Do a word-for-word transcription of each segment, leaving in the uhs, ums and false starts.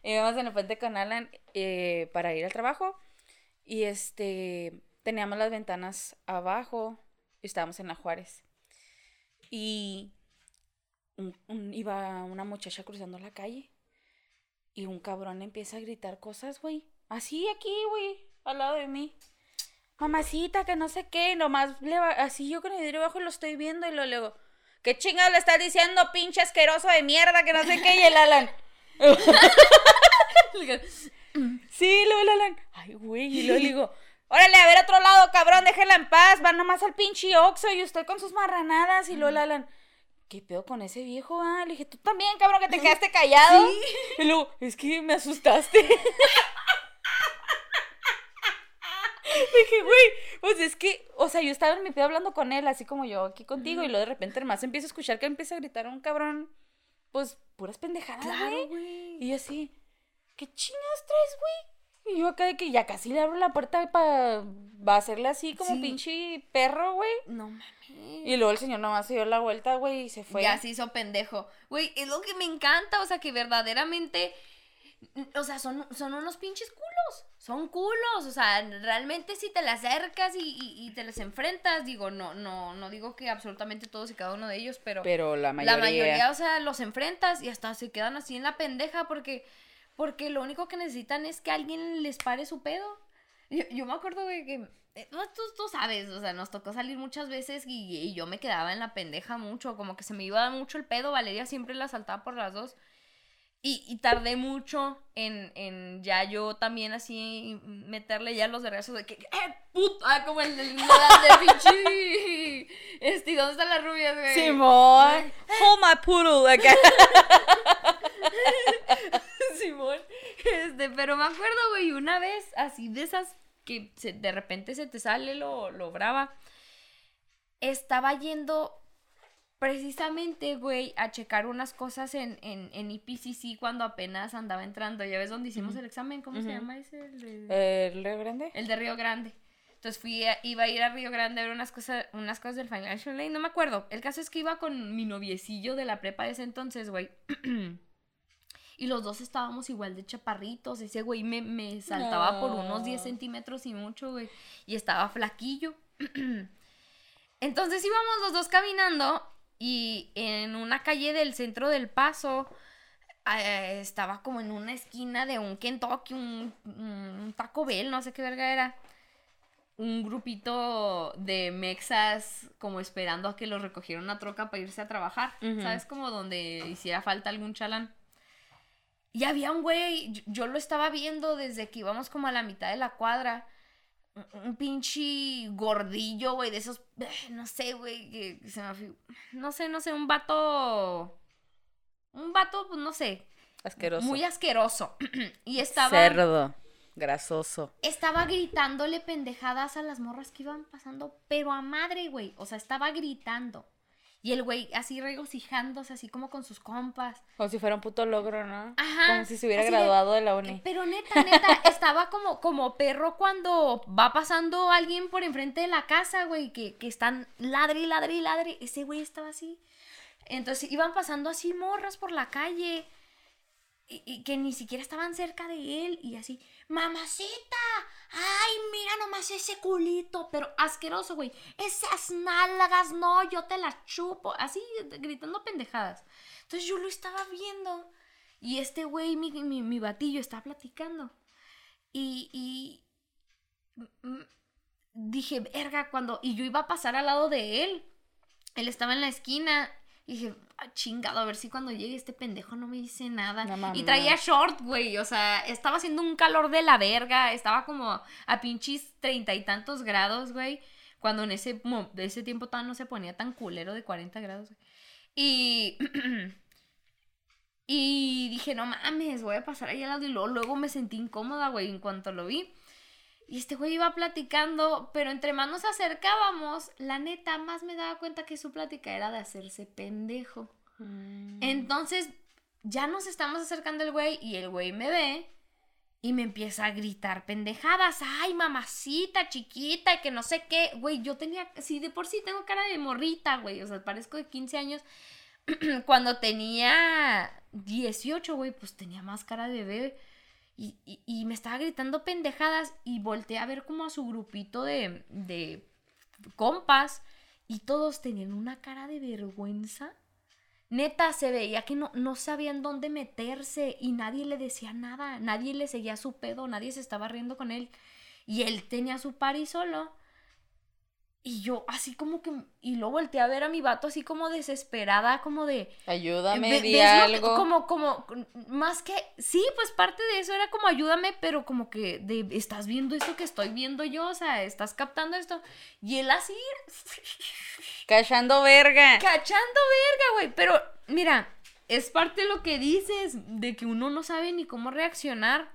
íbamos en el puente con Alan eh, para ir al trabajo. Y este, teníamos las ventanas abajo. Y estábamos en la Juárez. Y un, un, iba una muchacha cruzando la calle. Y un cabrón empieza a gritar cosas, güey. Así aquí, güey, al lado de mí. Mamacita, que no sé qué. Nomás le va, así yo con el vidrio abajo lo estoy viendo. Y luego le digo, ¿qué chingado le estás diciendo, pinche asqueroso de mierda? Que no sé qué. Y el Alan. Sí, luego el Alan. Ay, güey. Y luego le digo, órale, a ver otro lado, cabrón, déjela en paz. Van nomás al pinche Oxxo y usted con sus marranadas. Y luego el Alan, ¿qué pedo con ese viejo? Ah? Le dije, tú también, cabrón, que te quedaste callado. ¿Sí? Y luego, es que me asustaste. Dije, güey, pues es que, o sea, yo estaba en mi pedo hablando con él, así como yo aquí contigo, mm. y luego de repente nomás empiezo a escuchar que empieza a gritar un cabrón, pues, puras pendejadas, güey. Claro, güey. Y yo así, ¿qué chingados traes, güey? Y yo acá de que ya casi le abro la puerta para va a hacerle así como sí. pinche perro, güey. No mames. Y luego el señor nomás se dio la vuelta, güey, y se fue. Ya se hizo pendejo. Güey, es lo que me encanta, o sea, que verdaderamente... O sea, son, son unos pinches culos. Son culos. O sea, realmente si te las acercas y, y, y te las enfrentas, digo, no, no, no digo que absolutamente todos y cada uno de ellos, pero. Pero la mayoría. La mayoría, o sea, los enfrentas y hasta se quedan así en la pendeja porque. Porque lo único que necesitan es que alguien les pare su pedo. Yo, yo me acuerdo, güey, que. Tú, tú sabes, o sea, nos tocó salir muchas veces y, y yo me quedaba en la pendeja mucho. Como que se me iba mucho el pedo. Valeria siempre la saltaba por las dos. Y, y tardé mucho en, en ya yo también así meterle ya los vergazos de que, ¡eh, puta! Como el de pinche. Este, ¿dónde están las rubias, güey? Simón. Hold my poodle acá. Simón. Este, pero me acuerdo, güey, una vez así de esas que se, de repente se te sale lo, lo brava. Estaba yendo. Precisamente, güey, a checar unas cosas en, en, en I P C C cuando apenas andaba entrando. ¿Ya ves dónde hicimos uh-huh. el examen? ¿Cómo uh-huh. se llama ese? El de... ¿El Río Grande? El de Río Grande. Entonces fui a, iba a ir a Río Grande a ver unas cosas, unas cosas del Financial Aid. No me acuerdo. El caso es que iba con mi noviecillo de la prepa de ese entonces, güey. Y los dos estábamos igual de chaparritos. Ese güey me, me saltaba no. por unos diez centímetros y mucho, güey. Y estaba flaquillo. Entonces íbamos los dos caminando. Y en una calle del centro del Paso eh, estaba como en una esquina de un Kentucky, un, un Taco Bell, no sé qué verga era. Un grupito de mexas como esperando a que los recogiera una troca para irse a trabajar. Uh-huh. ¿Sabes? Como donde hiciera falta algún chalán. Y había un güey, yo, yo lo estaba viendo desde que íbamos como a la mitad de la cuadra. Un pinche gordillo, güey, de esos, no sé, güey, que, que se me... No sé, no sé, un vato... Un vato, pues, no sé. Asqueroso. Muy asqueroso. Y estaba... Cerdo, grasoso. Estaba gritándole pendejadas a las morras que iban pasando, pero a madre, güey. O sea, estaba gritando. Y el güey así regocijándose, así como con sus compas. Como si fuera un puto logro, ¿no? Ajá. Como si se hubiera graduado de, de la uni. Pero neta, neta, estaba como, como perro cuando va pasando alguien por enfrente de la casa, güey, que, que están ladre y ladre y ladre. Ese güey estaba así. Entonces iban pasando así morras por la calle. Y, y que ni siquiera estaban cerca de él. Y así, mamacita, ay, mira nomás ese culito. Pero asqueroso, güey. Esas nalgas, no, yo te las chupo. Así, gritando pendejadas. Entonces yo lo estaba viendo. Y este güey, mi, mi, mi batillo, estaba platicando. Y, y m- dije, verga, cuando... Y yo iba a pasar al lado de él. Él estaba en la esquina. Y dije, ah, chingado, a ver si cuando llegue este pendejo no me dice nada. No, y traía short, güey, o sea, estaba haciendo un calor de la verga. Estaba como a pinches treinta y tantos grados, güey. Cuando en ese, de ese tiempo todavía no se ponía tan culero de cuarenta grados, güey. Y... y dije, no mames, voy a pasar ahí al lado. Y luego, luego me sentí incómoda, güey, en cuanto lo vi. Y este güey iba platicando, pero entre más nos acercábamos, la neta, más me daba cuenta que su plática era de hacerse pendejo. Mm. Entonces, ya nos estamos acercando el güey y el güey me ve y me empieza a gritar pendejadas. Ay, mamacita, chiquita, que no sé qué. Güey, yo tenía, sí, de por sí tengo cara de morrita, güey, o sea, parezco de quince años. cuando tenía dieciocho, güey, pues tenía más cara de bebé. Y, y, y me estaba gritando pendejadas y volteé a ver como a su grupito de, de compas y todos tenían una cara de vergüenza. Neta, se veía que no, no sabían dónde meterse y nadie le decía nada, nadie le seguía su pedo, nadie se estaba riendo con él y él tenía su party solo. Y yo así como que, y luego volteé a ver a mi vato así como desesperada, como de... Ayúdame, Ve- di ¿ves lo que- algo. como, como, más que, sí, pues parte de eso era como ayúdame, pero como que de, estás viendo esto que estoy viendo yo, o sea, estás captando esto. Y él así, Cachando verga. cachando verga, güey. Pero, mira, es parte de lo que dices, de que uno no sabe ni cómo reaccionar,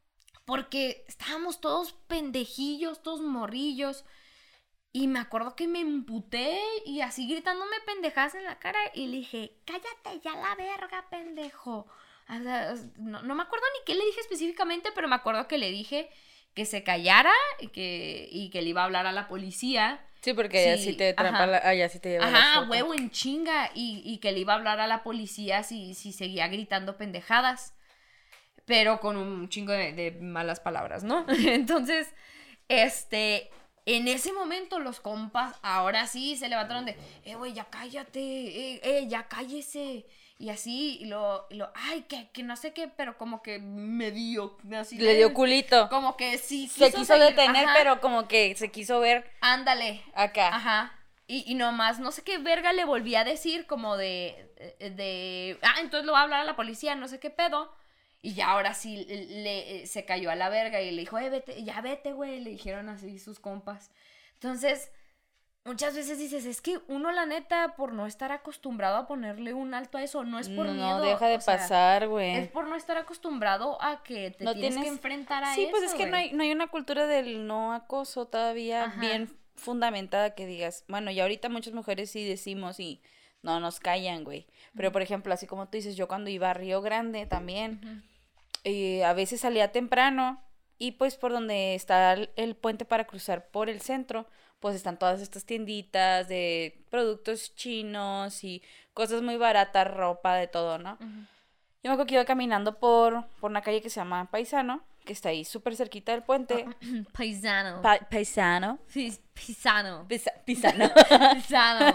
porque estábamos todos pendejillos, todos morrillos. Y me acuerdo que me emputé y así gritándome pendejadas en la cara y le dije, cállate ya la verga, pendejo. O sea, no, no me acuerdo ni qué le dije específicamente, pero me acuerdo que le dije que se callara y que, y que le iba a hablar a la policía. Sí, porque allá sí, Sí, te trampa ajá. la... Allá sí te lleva la Ajá, chota. huevo en chinga. Y, y que le iba a hablar a la policía si, si seguía gritando pendejadas. Pero con un chingo de, de malas palabras, ¿no? Entonces, este... En ese momento los compas ahora sí se levantaron de, eh, güey, ya cállate, eh, eh, ya cállese. Y así, y lo, y lo ay, que, que no sé qué, pero como que me dio, así. Le dio culito. Como que sí Se quiso seguir, detener, ajá, pero como que se quiso ver ándale. acá. Ajá. Y, y nomás, no sé qué verga le volví a decir, como de, de, ah, entonces lo va a hablar a la policía, no sé qué pedo. Y ya ahora sí le, se cayó a la verga y le dijo, eh, vete, ya vete, güey. Le dijeron así sus compas. Entonces, muchas veces dices, es que uno, la neta, por no estar acostumbrado a ponerle un alto a eso, no es por No, miedo. deja de o sea, pasar, es güey. por no estar acostumbrado a que te No tienes tienes... que enfrentar a Sí, eso. pues es que güey. no hay, no hay una cultura del no acoso todavía Ajá. bien fundamentada que digas, bueno, y ahorita muchas mujeres sí decimos y no nos callan, güey. Pero, por ejemplo, así como tú dices, yo cuando iba a Río Grande también, Ujú. eh, a veces salía temprano y pues por donde está el, el puente para cruzar por el centro, pues están todas estas tienditas de productos chinos y cosas muy baratas, ropa, de todo, ¿no? Ujú. Yo me acuerdo que iba caminando por, por una calle que se llama Paisano, que está ahí súper cerquita del puente. Paisano. Pa- Paisano. Pis- Pisano. Pisa- Pisano. Pisano.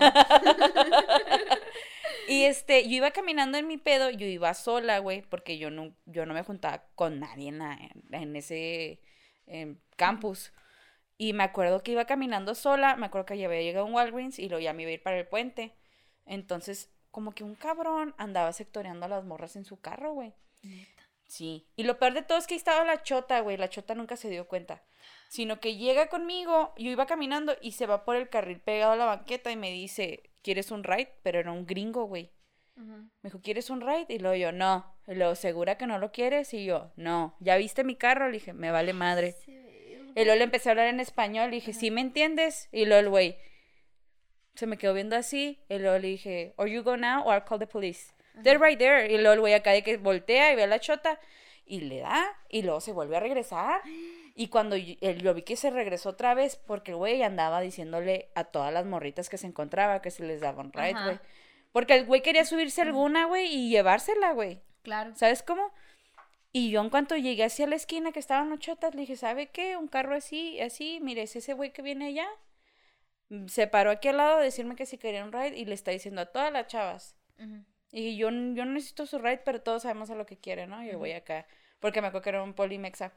Y este, yo iba caminando en mi pedo, yo iba sola, güey, porque yo no, yo no me juntaba con nadie en, la- en, en ese em, campus. Y me acuerdo que iba caminando sola, me acuerdo que ya había llegado a un Walgreens y luego ya me iba a ir para el puente. Entonces, como que un cabrón andaba sectoreando a las morras en su carro, güey. Neta. Sí. Y lo peor de todo es que ahí estaba la chota, güey. La chota nunca se dio cuenta. Sino que llega conmigo, yo iba caminando y se va por el carril pegado a la banqueta y me dice, ¿quieres un ride? Pero era un gringo, güey. Ujú. Me dijo, ¿quieres un ride? Y luego yo, no. Y luego, ¿segura que no lo quieres? Y yo, no. ¿Ya viste mi carro? Le dije, me vale madre. Sí, verga. Y luego le empecé a hablar en español. Le dije, ¿sí me entiendes? Y luego el güey se me quedó viendo así. Y luego le dije, or you go now or I'll call the police. They're right there. Y luego el güey acá de que voltea y ve a la chota y le da. Y luego se vuelve a regresar. Y cuando yo, él- yo vi que se regresó otra vez, porque el güey andaba diciéndole a todas las morritas que se encontraba que se les daba un ride, Ajá. güey. Porque el güey quería subirse a alguna, güey, y llevársela, güey. Claro. ¿Sabes cómo? Y yo en cuanto llegué hacia la esquina que estaban los chotas, le dije, ¿sabe qué? Un carro así, así, mire, es ese güey que viene allá. Mm, Se paró aquí al lado a decirme que si quería un ride y le está diciendo a todas las chavas. Ujú. Y yo, yo no necesito su ride, pero todos sabemos a lo que quiere, ¿no? Y el güey acá, porque me acuerdo que era un polimexa.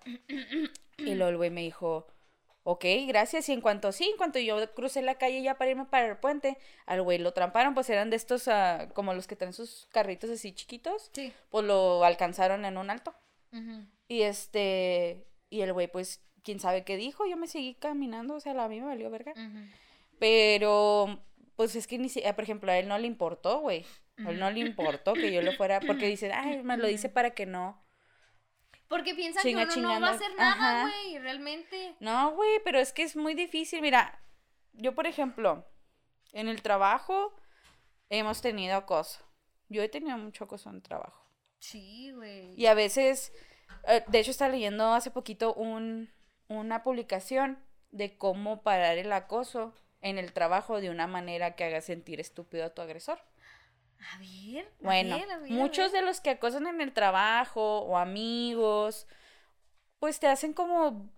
Y luego el güey me dijo, ok, gracias. Y en cuanto, sí, en cuanto yo crucé la calle ya para irme para el puente, al güey lo tramparon, pues eran de estos, ah, como los que traen sus carritos así chiquitos, Sí. pues lo alcanzaron en un alto. Ujú. Y este, y el güey, pues, quién sabe qué dijo, yo me seguí caminando, o sea, a mí me valió verga. Ujú. Pero, pues es que ni si, por ejemplo, a él no le importó, güey. A él no le importó que yo lo fuera, porque dice, ay, me lo dice para que no. Porque piensan Chinga, que uno no va a chingando. hacer nada, Ajá. güey, realmente. No, güey, pero es que es muy difícil. Mira, yo, por ejemplo, en el trabajo hemos tenido acoso. Yo he tenido mucho acoso en el trabajo. Sí, güey. Y a veces, eh, de hecho, estaba leyendo hace poquito un, una publicación de cómo parar el acoso en el trabajo de una manera que haga sentir estúpido a tu agresor. A ver, a Bueno, ver, a ver, muchos a ver. de los que acosan en el trabajo o amigos, pues te hacen como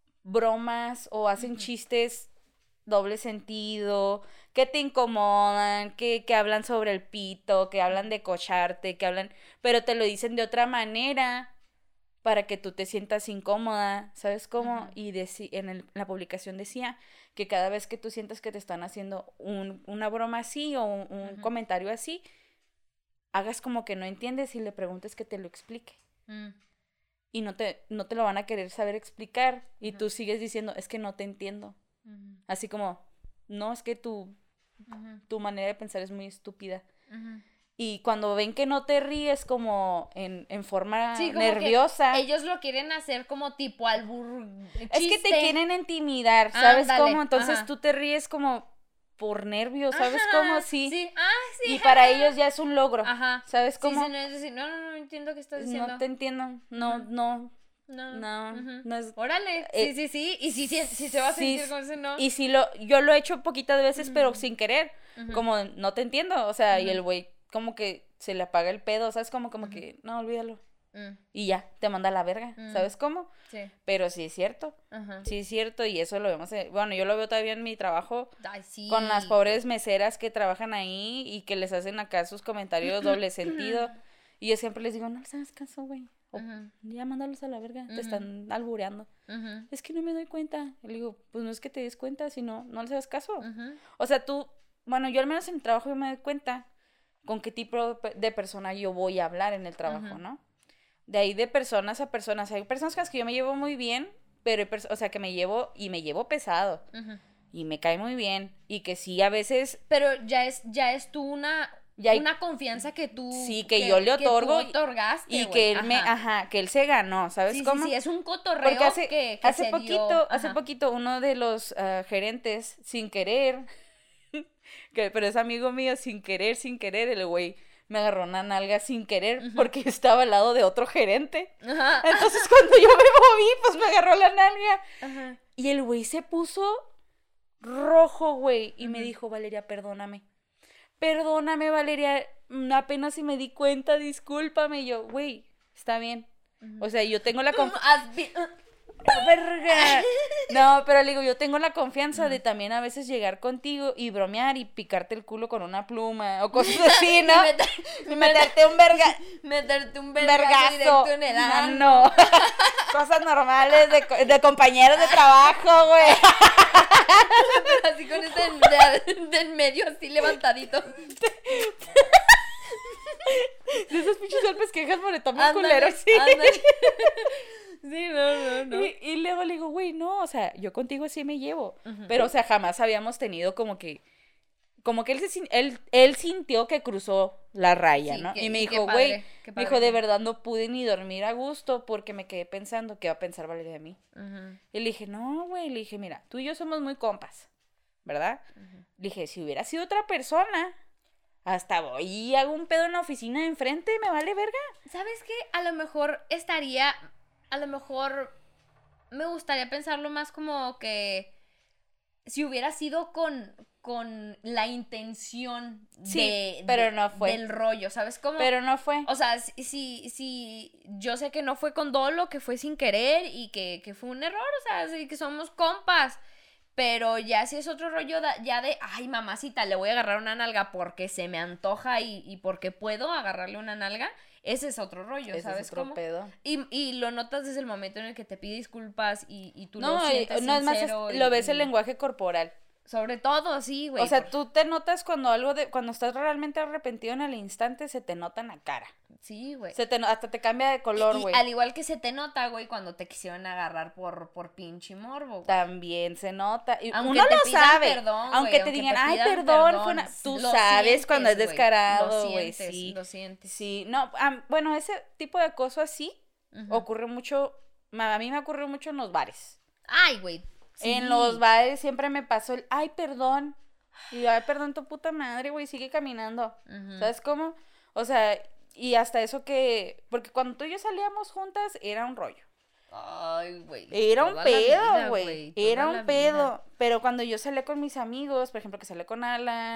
bromas o hacen Ujú. chistes doble sentido, que te incomodan, que, que hablan sobre el pito, que hablan de cocharte, que hablan, pero te lo dicen de otra manera para que tú te sientas incómoda, ¿sabes cómo? Ujú. Y deci- en el- la publicación decía que cada vez que tú sientas que te están haciendo un, una broma así o un, un Ujú. comentario así, hagas como que no entiendes y le preguntes que te lo explique. Mm. Y no te, no te lo van a querer saber explicar. Y Ujú. tú sigues diciendo, es que no te entiendo. Ujú. Así como, no, es que tu, Ujú. tu manera de pensar es muy estúpida. Ujú. Y cuando ven que no te ríes como en, en forma Sí, como nerviosa, que ellos lo quieren hacer como tipo albur es que te chiste. quieren intimidar, ¿sabes Ándale, cómo? Entonces ajá. tú te ríes como por nervios, ¿sabes Ajá, cómo? Sí. Sí, ah, sí. Y para ellos ya es un logro, Ajá. ¿sabes Sí, cómo? sí, no es decir, no, no, no entiendo qué estás diciendo. No te entiendo, no, Ujú. no, No, no, ujú. no es... Órale, eh, sí, sí, sí. Y si sí, sí, sí se va a sí, sentir con ese no. Y si lo, yo lo he hecho poquitas veces, pero Ujú. sin querer, Ujú. como no te entiendo, o sea, y Ujú. el güey como que se le apaga el pedo, ¿sabes? Como, como Ujú. que, no, olvídalo. Mm, Y ya, te manda a la verga, Mm. ¿sabes cómo? Sí. Pero sí es cierto, Ajá. sí es cierto, y eso lo vemos, en- bueno, yo lo veo todavía en mi trabajo Ay, sí. con las pobres meseras que trabajan ahí y que les hacen acá sus comentarios doble sentido. Y yo siempre les digo, no les hagas caso, güey. O Ujú. ya mándalos a la verga, te Ujú. están albureando. Ujú. Es que no me doy cuenta. Y le digo, pues no es que te des cuenta, sino no les hagas caso. Ujú. O sea, tú, bueno, yo al menos en el trabajo yo me doy cuenta con qué tipo de persona yo voy a hablar en el trabajo, Ujú. ¿no? De ahí de personas a personas. Hay personas con las que yo me llevo muy bien, pero hay pers- o sea, que me llevo y me llevo pesado Ujú. y me cae muy bien y que sí a veces Pero ya es, ya es tú una, Ya hay- una confianza que tú. sí que, yo le que tú otorgo y- otorgaste, y güey. que él me, Ajá. ajá, que él se ganó, ¿sabes Sí, cómo? sí, sí, es un cotorreo Porque hace, que, que hace se poquito, dio. hace Ajá. poquito uno de los ah, gerentes, sin querer, que, pero es amigo mío, sin querer, sin querer, el güey me agarró una nalga sin querer Ujú. porque estaba al lado de otro gerente. Ajá. Entonces cuando yo me moví, pues me agarró la nalga. Ajá. Y el güey se puso rojo, güey, y me Ujú. dijo, Valeria, perdóname. Perdóname, Valeria, mm, apenas si me di cuenta, discúlpame. Y yo, güey, está bien. Ujú. O sea, yo tengo la confianza. Has vi- ¡Verga! No, pero le digo, yo tengo la confianza de también a veces llegar contigo y bromear y picarte el culo con una pluma o cosas así, ¿no? Y meter- Y meterte un verga... meterte un vergazo. vergazo directo en el No, ano. no. Cosas normales de, co- de compañeros de trabajo, güey. Así con este de- del medio así levantadito. De esos pinches golpes que dejas moretón muy Ándale, culero, sí. ándale. Sí, no, no, no. Y, y luego le digo, güey, no, o sea, yo contigo sí me llevo. Ujú. Pero, o sea, jamás habíamos tenido como que. Como que él, se, sin- él, él sintió que cruzó la raya, Sí, ¿no? que- y me y qué dijo, padre, güey, qué me dijo, padre de que- verdad no pude ni dormir a gusto porque me quedé pensando qué va a pensar Valeria de mí. Ujú, Y le dije, no, güey, le dije, mira, tú y yo somos muy compas, ¿verdad? ujú. Le dije, si hubiera sido otra persona, hasta voy y hago un pedo en la oficina de enfrente y me vale verga. ¿Sabes qué? A lo mejor estaría, a lo mejor me gustaría pensarlo más como que si hubiera sido con, con la intención Sí, de, pero de- no fue. del rollo, ¿sabes cómo? Pero no fue. O sea, si, si, si yo sé que no fue con dolo, que fue sin querer y que, que fue un error, o sea, sí, que somos compas. Pero ya si es otro rollo da- ya de, ay, mamacita, le voy a agarrar una nalga porque se me antoja y, y porque puedo agarrarle una nalga, ese es otro rollo, Ese ¿sabes es otro cómo? pedo. Y, y lo notas desde el momento en el que te pide disculpas y, y tú No, lo y- sientes no es más, es- sincero y- lo ves el y- lenguaje corporal. Sobre todo, sí, güey. O sea, por- tú te notas cuando algo de, cuando estás realmente arrepentido en el instante, se te nota en la cara. Sí, güey. Se te, no- hasta te cambia de color, Y- y güey. al igual que se te nota, güey, cuando te quisieron agarrar por, por pinche morbo, güey. También se nota. Y Aunque uno te lo pidan sabe. perdón, aunque güey, te aunque digan, te ay, pidan perdón, perdón, fue una... Tú lo sabes sientes, cuando es güey, descarado, lo güey, sientes, sí. lo sientes. Sí, no, am- bueno, ese tipo de acoso así Ujú. ocurre mucho, ma- a mí me ocurrió mucho en los bares. Ay, güey. sí. En los bares siempre me pasó el, ay, perdón. Y yo, ay, perdón, tu puta madre, güey, sigue caminando. Ujú. ¿Sabes cómo? O sea, y hasta eso que, porque cuando tú y yo salíamos juntas, era un rollo. Ay, güey. Era un toda la vida, pedo, güey. toda Era la un vida. pedo. Pero cuando yo salía con mis amigos, por ejemplo, que salía con Alan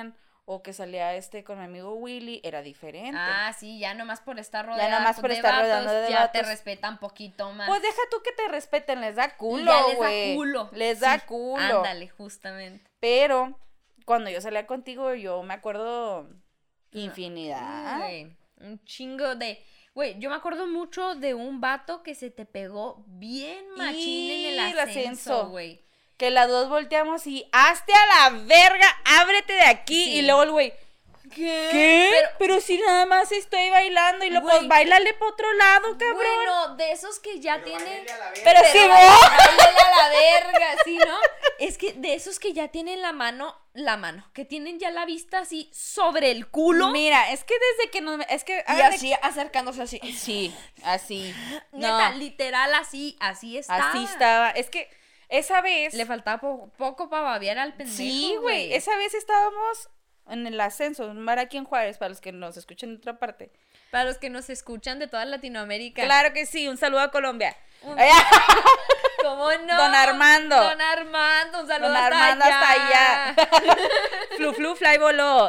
o que salía este con mi amigo Willy, era diferente. Ah, sí, ya nomás por estar rodeado Ya nomás por de estar vatos, rodeando de ya vatos. te respetan poquito más. Pues deja tú que te respeten, les da Y culo, ya les güey. da culo. Les Sí, da culo. Ándale, justamente. Pero cuando yo salía contigo, yo me acuerdo infinidad. Güey, un chingo de... Güey, yo me acuerdo mucho de un vato que se te pegó bien machín en el el ascenso. ascenso, güey. Que las dos volteamos y hazte a la verga, ábrete de aquí. Sí. Y luego el güey, ¿Qué? ¿qué? Pero, Pero, si nada más estoy bailando y luego Güey. pues bailale para otro lado, cabrón. bueno, de esos que ya Pero tienen... báilale a la verga. Pero sí, Pero vos. báilale a la verga, ¿sí, no? Es que de esos que ya tienen la mano, la mano, que tienen ya la vista así sobre el culo. Mira, es que desde que nos... Es que... Y hagan de- así acercándose así. Sí, así. Neta, No, literal, así, así estaba. así estaba. Es que esa vez... Le faltaba po- poco para babear al pendejo. Sí, güey. Esa vez estábamos en el ascenso, un bar aquí en Juárez, para los que nos escuchen de otra parte. Para los que nos escuchan de toda Latinoamérica. Claro que sí, un saludo a Colombia. Un- ¿Cómo no? Don Armando. Don Armando, un saludo Don hasta Armando allá. hasta allá. Flu, flu, fly, voló.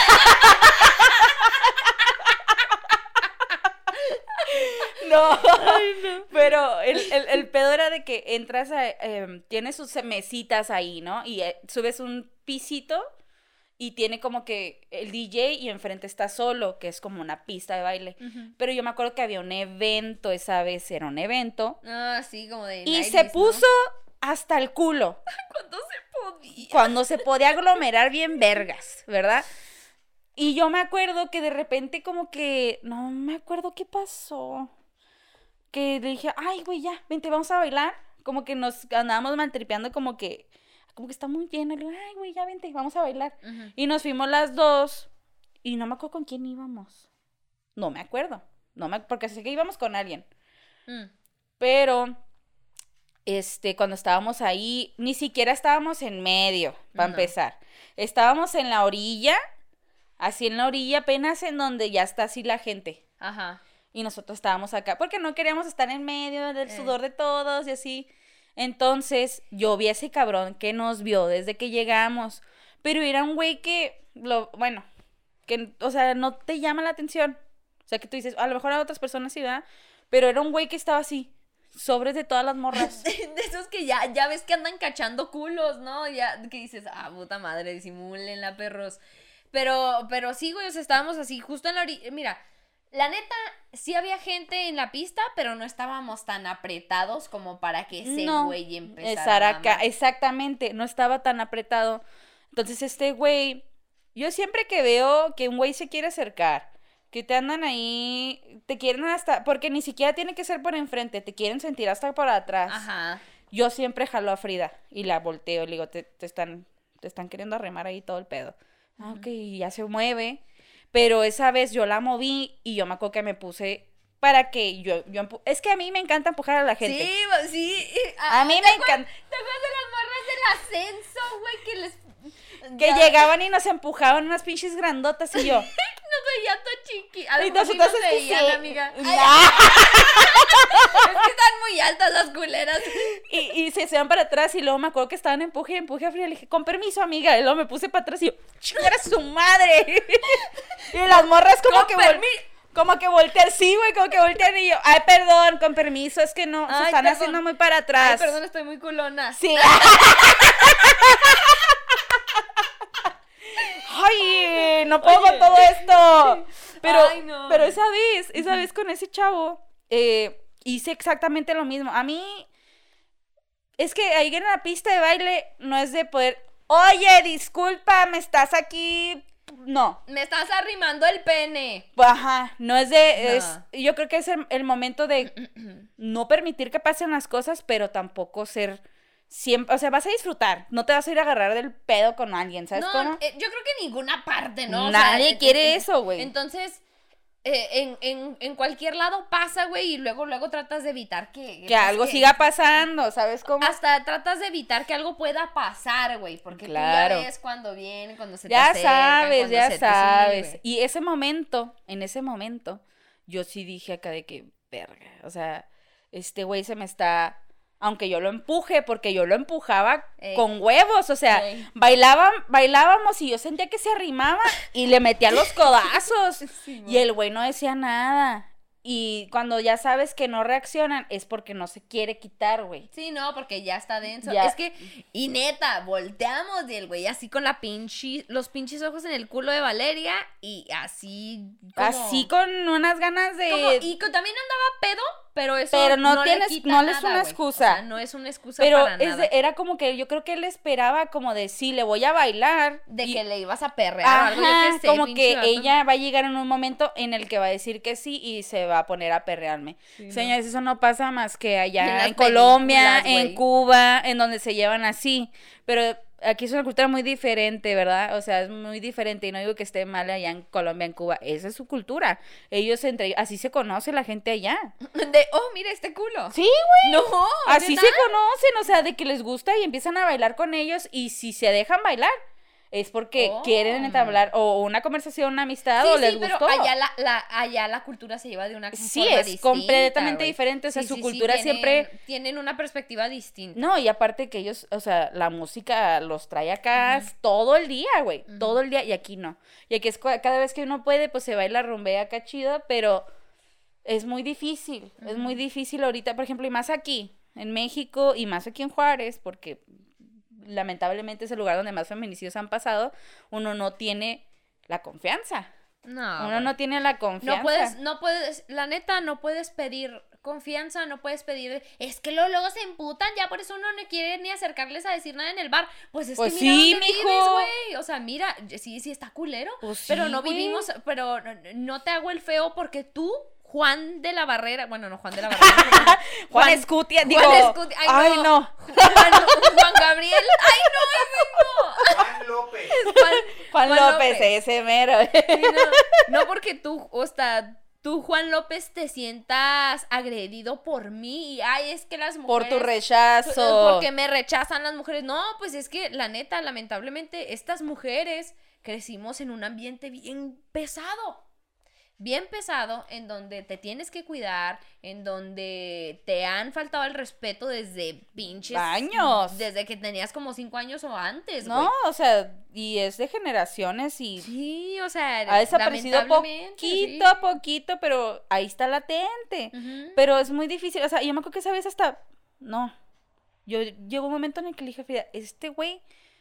No. Pero el, el, el pedo era de que entras a... Eh, tiene sus mesitas ahí, ¿no? Y eh, subes un pisito y tiene como que el D J y enfrente está solo, que es como una pista de baile. Ujú. Pero yo me acuerdo que había un evento, esa vez era un evento. Ah, sí, como de Y nineties, se ¿no? puso hasta el culo. Cuando se podía. Cuando se podía aglomerar bien vergas, ¿verdad? Y yo me acuerdo que de repente como que, no me acuerdo qué pasó. Que le dije, ay, güey, ya, vente, vamos a bailar. Como que nos andábamos maltripeando como que, como que está muy lleno. Le digo, ay, güey, ya vente, vamos a bailar. Ujú. Y nos fuimos las dos y no me acuerdo con quién íbamos. No me acuerdo, no me, porque sé que íbamos con alguien. Mm. Pero, este, cuando estábamos ahí, ni siquiera estábamos en medio, para No. empezar. Estábamos en la orilla, así en la orilla, apenas en donde ya está así la gente. Ajá. Y nosotros estábamos acá, porque no queríamos estar en medio del Eh. sudor de todos y así. Entonces, yo vi a ese cabrón que nos vio desde que llegamos. Pero era un güey que, lo, bueno, que, o sea, no te llama la atención. O sea, que tú dices, a lo mejor a otras personas sí, ¿verdad? Pero era un güey que estaba así, sobres de todas las morras. De, de esos que ya, ya ves que andan cachando culos, ¿no? Ya que dices, ah, puta madre, disimúlenla, perros. Pero, pero sí, güey, o sea, estábamos así, justo en la orilla. Mira, la neta, sí había gente en la pista, pero no estábamos tan apretados como para que ese No, güey empezara estar a acá, mamar. exactamente, no estaba tan apretado. Entonces este güey, yo siempre que veo que un güey se quiere acercar, que te andan ahí, te quieren hasta, porque ni siquiera tiene que ser por enfrente, te quieren sentir hasta por atrás. Ajá. Yo siempre jalo a Frida y la volteo y le digo, te, te están, te están queriendo arremar ahí todo el pedo. Ah, ok, y ya se mueve. Pero esa vez yo la moví y yo me acuerdo que me puse para que yo, yo empu- es que a mí me encanta empujar a la gente. Sí, va- sí. A mí ¿te me acuer- encanta ¿Te acuerdas de las morras del ascenso, güey? Que les... que ya- llegaban y nos empujaban unas pinches grandotas y yo. Nos veía todo chiqui. A lo Y mejor sí nosotros nos es que veían, sí. amiga. Ay, Nah. es que están muy altas las culeras. Y, y se se van para atrás y luego me acuerdo que estaban empuje y empuje a Frida. Le dije, con permiso, amiga. Y luego me puse para atrás y yo, ¡chingar a su madre! Y las morras como Con que vol- permi- como que voltean, sí, güey, como que voltean y yo, ay, perdón, con permiso, es que no, se Ay, están perdón. haciendo muy para atrás. Ay, perdón, estoy muy culona. Sí. Ay, no puedo Oye. con todo esto. Pero, Ay, no. pero esa vez, esa vez con ese chavo, eh, hice exactamente lo mismo. A mí, es que ahí en la pista de baile no es de poder, oye, disculpa, me estás aquí. No. Me estás arrimando el pene. Ajá, no es de, No. es, yo creo que es el, el momento de no permitir que pasen las cosas, pero tampoco ser siempre, o sea, vas a disfrutar, no te vas a ir a agarrar del pedo con alguien, ¿sabes No, cómo? eh, yo creo que en ninguna parte, ¿no? O Nadie sea, quiere en- eso, güey. Entonces, eh, en, en, en cualquier lado pasa, güey, y luego, luego tratas de evitar que... Que algo siga pasando, ¿sabes cómo? Hasta tratas de evitar que algo pueda pasar, güey, porque Claro. tú ya ves cuando viene, cuando se te Ya acercan, sabes, cuando ya se te- sí, sabes. güey. Y ese momento, en ese momento, yo sí dije acá de que, verga, o sea, este güey se me está aunque yo lo empuje, porque yo lo empujaba Ey. con huevos, o sea, Ey. bailaban, bailábamos y yo sentía que se arrimaba y le metía los codazos Sí, y el güey no decía nada. Y cuando ya sabes que no reaccionan es porque no se quiere quitar, güey. Sí, no, porque ya está denso. Ya. Es que, y neta, volteamos y el güey así con la pinche, los pinches ojos en el culo de Valeria y así como... Así con unas ganas de... como- y con- también andaba pedo, pero eso Pero no le tienes- quita no le es nada, una güey. excusa. O sea, no es una excusa Pero para es nada. de- era como que yo creo que él esperaba como de sí, le voy a bailar. De y- que le ibas a perrear o algo, yo Ajá, qué sé, como pinche que vato. ella va a llegar en un momento en el que va a decir que sí y se va a poner a perrearme. Sí, no. Señores, eso no pasa más que En allá las en, Colombia, películas, en güey. Cuba, en donde se llevan así. Pero aquí es una cultura muy diferente, ¿verdad? O sea, es muy diferente y no digo que esté mal allá en Colombia, en Cuba. Esa es su cultura. Ellos entre así se conoce la gente allá. De, oh, mira este culo. Sí, güey. No, Así ¿neta? se conocen, o sea, de que les gusta y empiezan a bailar con ellos y si se dejan bailar es porque Oh. quieren entablar o una conversación, una amistad Sí, o les sí, pero gustó. allá la, la, allá la cultura se lleva de una Sí, forma es distinta, completamente güey. diferente, o sea, Sí, su sí, sí, cultura tienen- siempre... Tienen una perspectiva distinta. No, y aparte que ellos, o sea, la música los trae acá todo el día, güey, Ujú. todo el día, y aquí no. Y aquí es cua- cada vez que uno puede, pues se baila rumbea acá chido, pero es muy difícil, es muy difícil ahorita, por ejemplo, y más aquí, en México, y más aquí en Juárez, porque lamentablemente es el lugar donde más feminicidios han pasado, uno no tiene la confianza. No, uno güey. no tiene la confianza. No puedes, no puedes, la neta, no puedes pedir confianza, no puedes pedir, es que luego, luego se emputan, ya por eso uno no quiere ni acercarles a decir nada en el bar. Pues es Pues que mira sí, dónde mijo. vives, güey. O sea, mira, sí, sí está culero, Pues pero sí, no güey. vivimos, pero no, no te hago el feo porque tú, Juan de la Barrera, bueno, no Juan de la Barrera. Juan Escutia, digo, Juan Escutia, ay, ay, no. no. Juan, Juan Gabriel, ay no, ese Juan López. no. Juan, Juan, López, ese mero. Sí, no, no porque tú, o sea, tú, Juan López, te sientas agredido por mí y, ay, es que las Por mujeres... tu rechazo. Porque me rechazan las mujeres. No, pues es que, la neta, lamentablemente, estas mujeres crecimos en un ambiente bien pesado. Bien pesado, en donde te tienes que cuidar, en donde te han faltado el respeto desde pinches... Años. Desde que tenías como cinco años o antes, No, güey. o sea, y es de generaciones y Sí, o sea, ha desaparecido lamentablemente, poquito sí. a poquito, pero ahí está latente. Ujú. Pero es muy difícil, o sea, yo me acuerdo que esa vez hasta, no, yo llegó un momento en el que le dije a Frida, este güey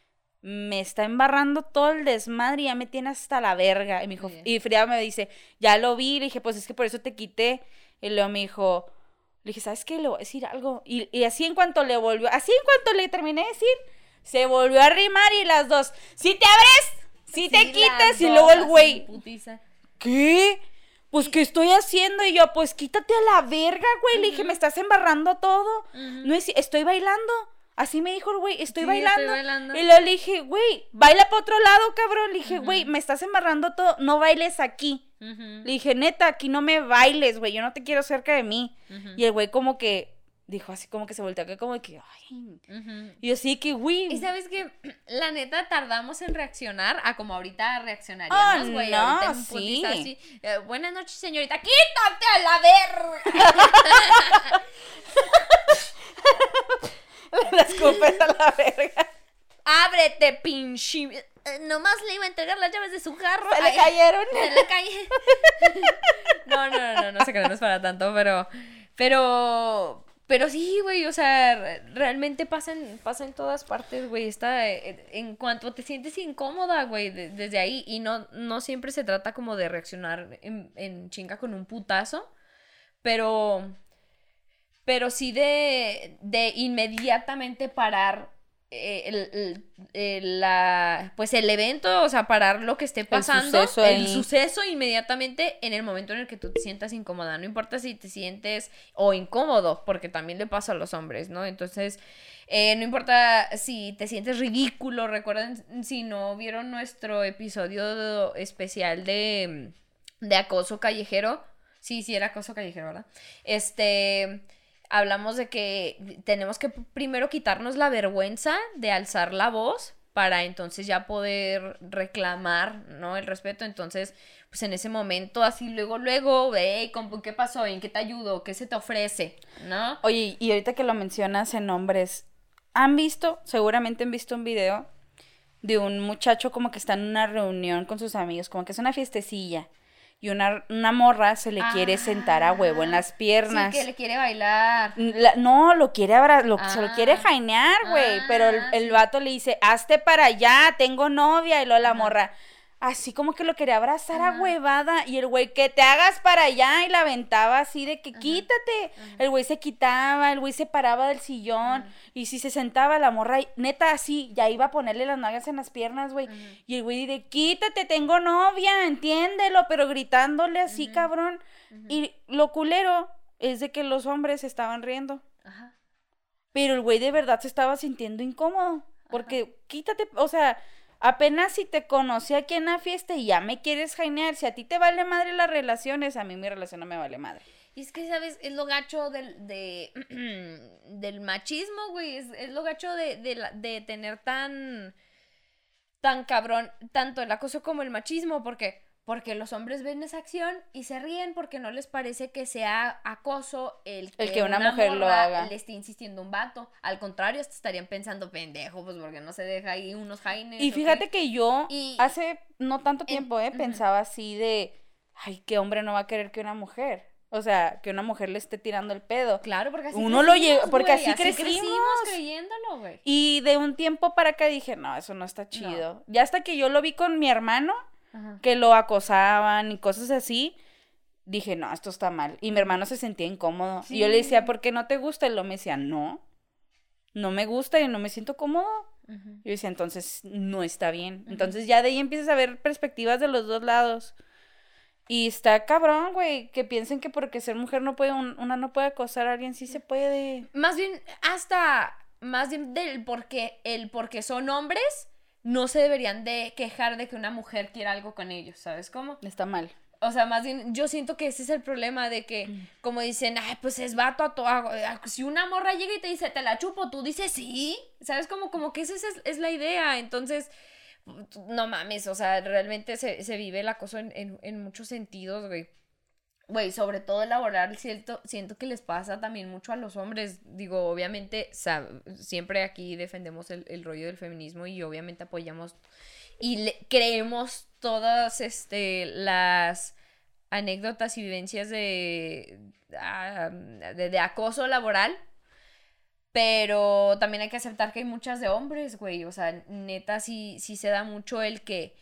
me está embarrando todo el desmadre y ya me tiene hasta la verga. Y me dijo, Sí. y Frida me dice, ya lo vi, le dije, pues es que por eso te quité. Y luego me dijo, le dije, ¿sabes qué? Le voy a decir algo. Y, y así en cuanto le volvió, así en cuanto le terminé de decir, se volvió a arrimar y las dos, si te abres, si te Sí, quitas. las Y dos luego el así, güey, putiza. ¿qué? Pues, ¿qué estoy haciendo? Y yo, pues, quítate a la verga, güey. Le dije, me estás embarrando todo. Ujú. No es, estoy bailando. Así me dijo el güey, estoy, Sí, bailando. estoy bailando. Y luego le dije, güey, baila para otro lado, cabrón. Le dije, güey, me estás embarrando todo. No bailes aquí. Ujú. Le dije, neta, aquí no me bailes, güey. Yo no te quiero cerca de mí. Ujú. Y el güey como que dijo así, como que se volteó acá, como de que, ay. Ujú. Y yo sí que, güey. Y sabes que la neta tardamos en reaccionar a como ahorita reaccionaríamos, Oh, güey. no, ahorita en sí. putiza así, eh, buenas noches, señorita. ¡Quítate a la verga! Le escupes a la verga. ¡Ábrete, pinche! Eh, nomás le iba a entregar las llaves de su carro. Se le Ay, cayeron. Se le cae. No, no, no, no, no sé que no es para tanto, pero. Pero. Pero sí, güey, o sea, re- realmente pasa en, pasa en todas partes, güey. Está. eh, En cuanto te sientes incómoda, güey, de- desde ahí. Y no, no siempre se trata como de reaccionar en, en chinga con un putazo. Pero. Pero sí de. De inmediatamente parar. eh, El, el- el- la, pues el evento, o sea, parar lo que esté pasando, suceso el ahí. suceso inmediatamente en el momento en el que tú te sientas incómoda, no importa si te sientes o incómodo, porque también le pasa a los hombres, ¿no? Entonces, eh, no importa si te sientes ridículo, recuerden, si no vieron nuestro episodio especial de, de acoso callejero, sí, sí era acoso callejero, ¿verdad? Este... Hablamos de que tenemos que primero quitarnos la vergüenza de alzar la voz para entonces ya poder reclamar, ¿no? El respeto. Entonces, pues en ese momento, así luego, luego, ve, ¿qué pasó? ¿En qué te ayudo? ¿Qué se te ofrece? ¿No? Oye, y ahorita que lo mencionas en hombres, ¿han visto, seguramente han visto un video de un muchacho como que está en una reunión con sus amigos, como que es una fiestecilla, y una, una morra se le Ah, quiere sentar a huevo en las piernas? Sí, que le quiere bailar. La- no, lo quiere abra lo, Ah, se lo quiere jainear, güey, ah, pero el, el sí. vato le dice, hazte para allá, tengo novia, y luego la Ajá. morra, así como que lo quería abrazar a Ajá. huevada, y el güey, que te hagas para allá, y la aventaba así de que Ajá. quítate, Ajá. el güey se quitaba, el güey se paraba del sillón, Ajá. y si se sentaba la morra, y- neta así, ya iba a ponerle las nalgas en las piernas, güey, Ajá. y el güey de, quítate, tengo novia, entiéndelo, pero gritándole así, Ujú. cabrón, Ujú. y lo culero es de que los hombres se estaban riendo. Ajá. Pero el güey de verdad se estaba sintiendo incómodo. Porque quítate, o sea, apenas si te conocí aquí en la fiesta y ya me quieres jainear. Si a ti te vale madre las relaciones, a mí mi relación no me vale madre. Y es que, ¿sabes? Es lo gacho del, de, del machismo, güey. Es, es lo gacho de, de, la- de tener tan, tan cabrón, tanto el acoso como el machismo, porque, porque los hombres ven esa acción y se ríen porque no les parece que sea acoso el que, El que una mujer lo haga. le esté insistiendo un vato. Al contrario, hasta estarían pensando, pendejo, pues porque no se deja ahí unos jaines. Y ¿o fíjate qué? que yo Y- hace no tanto en- tiempo, eh, ujú. pensaba así de, ay, ¿qué hombre no va a querer que una mujer? O sea, que una mujer le esté tirando el pedo. Claro, porque así Uno lo crecimos, lle- porque güey, así crecimos. creyéndolo, güey. Y de un tiempo para acá dije, no, eso no está chido. Ya hasta que yo lo vi con mi hermano, Ajá. que lo acosaban y cosas así, dije, no, esto está mal. Y mi hermano se sentía incómodo. Y yo le decía, Sí. ¿por qué no te gusta? Y él me decía, no, no me gusta y no me siento cómodo. Ujú. Yo decía, entonces no está bien. Entonces ya de ahí empiezas a ver perspectivas de los dos lados. Y está cabrón, güey, que piensen que porque ser mujer no puede, un- una no puede acosar a alguien, sí se puede. Más bien, hasta, más bien del porque, el porque son hombres, no se deberían de quejar de que una mujer quiera algo con ellos, ¿sabes cómo? Está mal. O sea, más bien, yo siento que ese es el problema de que, como dicen, ay, pues es vato a todo. Si una morra llega y te dice, te la chupo, tú dices sí. ¿Sabes? Como, como que esa es, es la idea. Entonces, no mames, o sea, realmente se, se vive el acoso en, en, en muchos sentidos, güey. Güey, sobre todo el laboral, siento, siento que les pasa también mucho a los hombres. Digo, obviamente, sab- siempre aquí defendemos el, el rollo del feminismo y obviamente apoyamos y le- creemos todas este, las anécdotas y vivencias de, ah, de, de acoso laboral. Pero también hay que aceptar que hay muchas de hombres, güey. O sea, neta, sí, sí se da mucho el que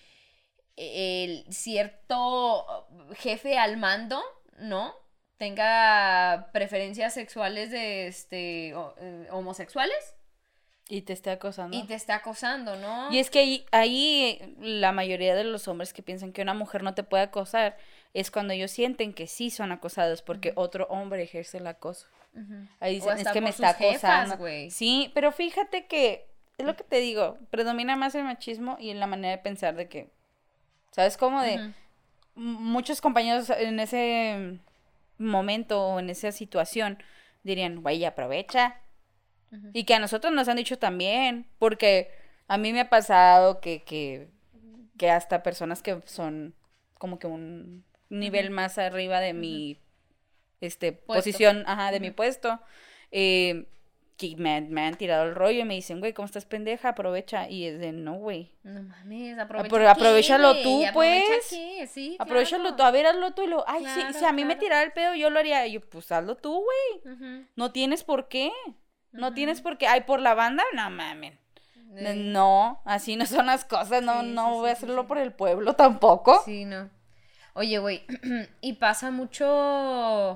el cierto jefe al mando, ¿no? Tenga preferencias sexuales de este o- eh, homosexuales Y te esté acosando. y te está acosando, ¿no? Y es que ahí, ahí la mayoría de los hombres que piensan que una mujer no te puede acosar es cuando ellos sienten que sí son acosados porque otro hombre ejerce el acoso. Ujú. Ahí O dicen, es hasta que me por está sus jefas, acosando. güey. Sí, pero fíjate que es lo que te digo, predomina más el machismo y la manera de pensar de que, ¿sabes cómo? De Ujú. m- muchos compañeros en ese momento o en esa situación dirían, güey, aprovecha. Ujú. Y que a nosotros nos han dicho también, porque a mí me ha pasado que, que, que hasta personas que son como que un nivel Ujú. más arriba de mi este Puesto. posición, ajá, de mi Ujú. puesto, eh, que me, han- me han tirado el rollo y me dicen, güey, ¿cómo estás pendeja? Aprovecha. Y es de, no, güey. No mames, aprovecha Pero qué, aprovechalo güey, tú, aprovecha pues. qué, sí, Aprovechalo claro. tú, a ver, hazlo tú. Y lo, ay, sí, Claro, si a mí me claro. tirara el pedo, yo lo haría. Y yo, pues hazlo tú, güey. Ujú. No tienes por qué. No Ujú. tienes por qué. Ay, por la banda, no mamen. Eh, No, así no son las cosas, no, Sí, no sí, voy a sí, sí, hacerlo sí. por el pueblo tampoco. Sí, no. Oye, güey, y pasa mucho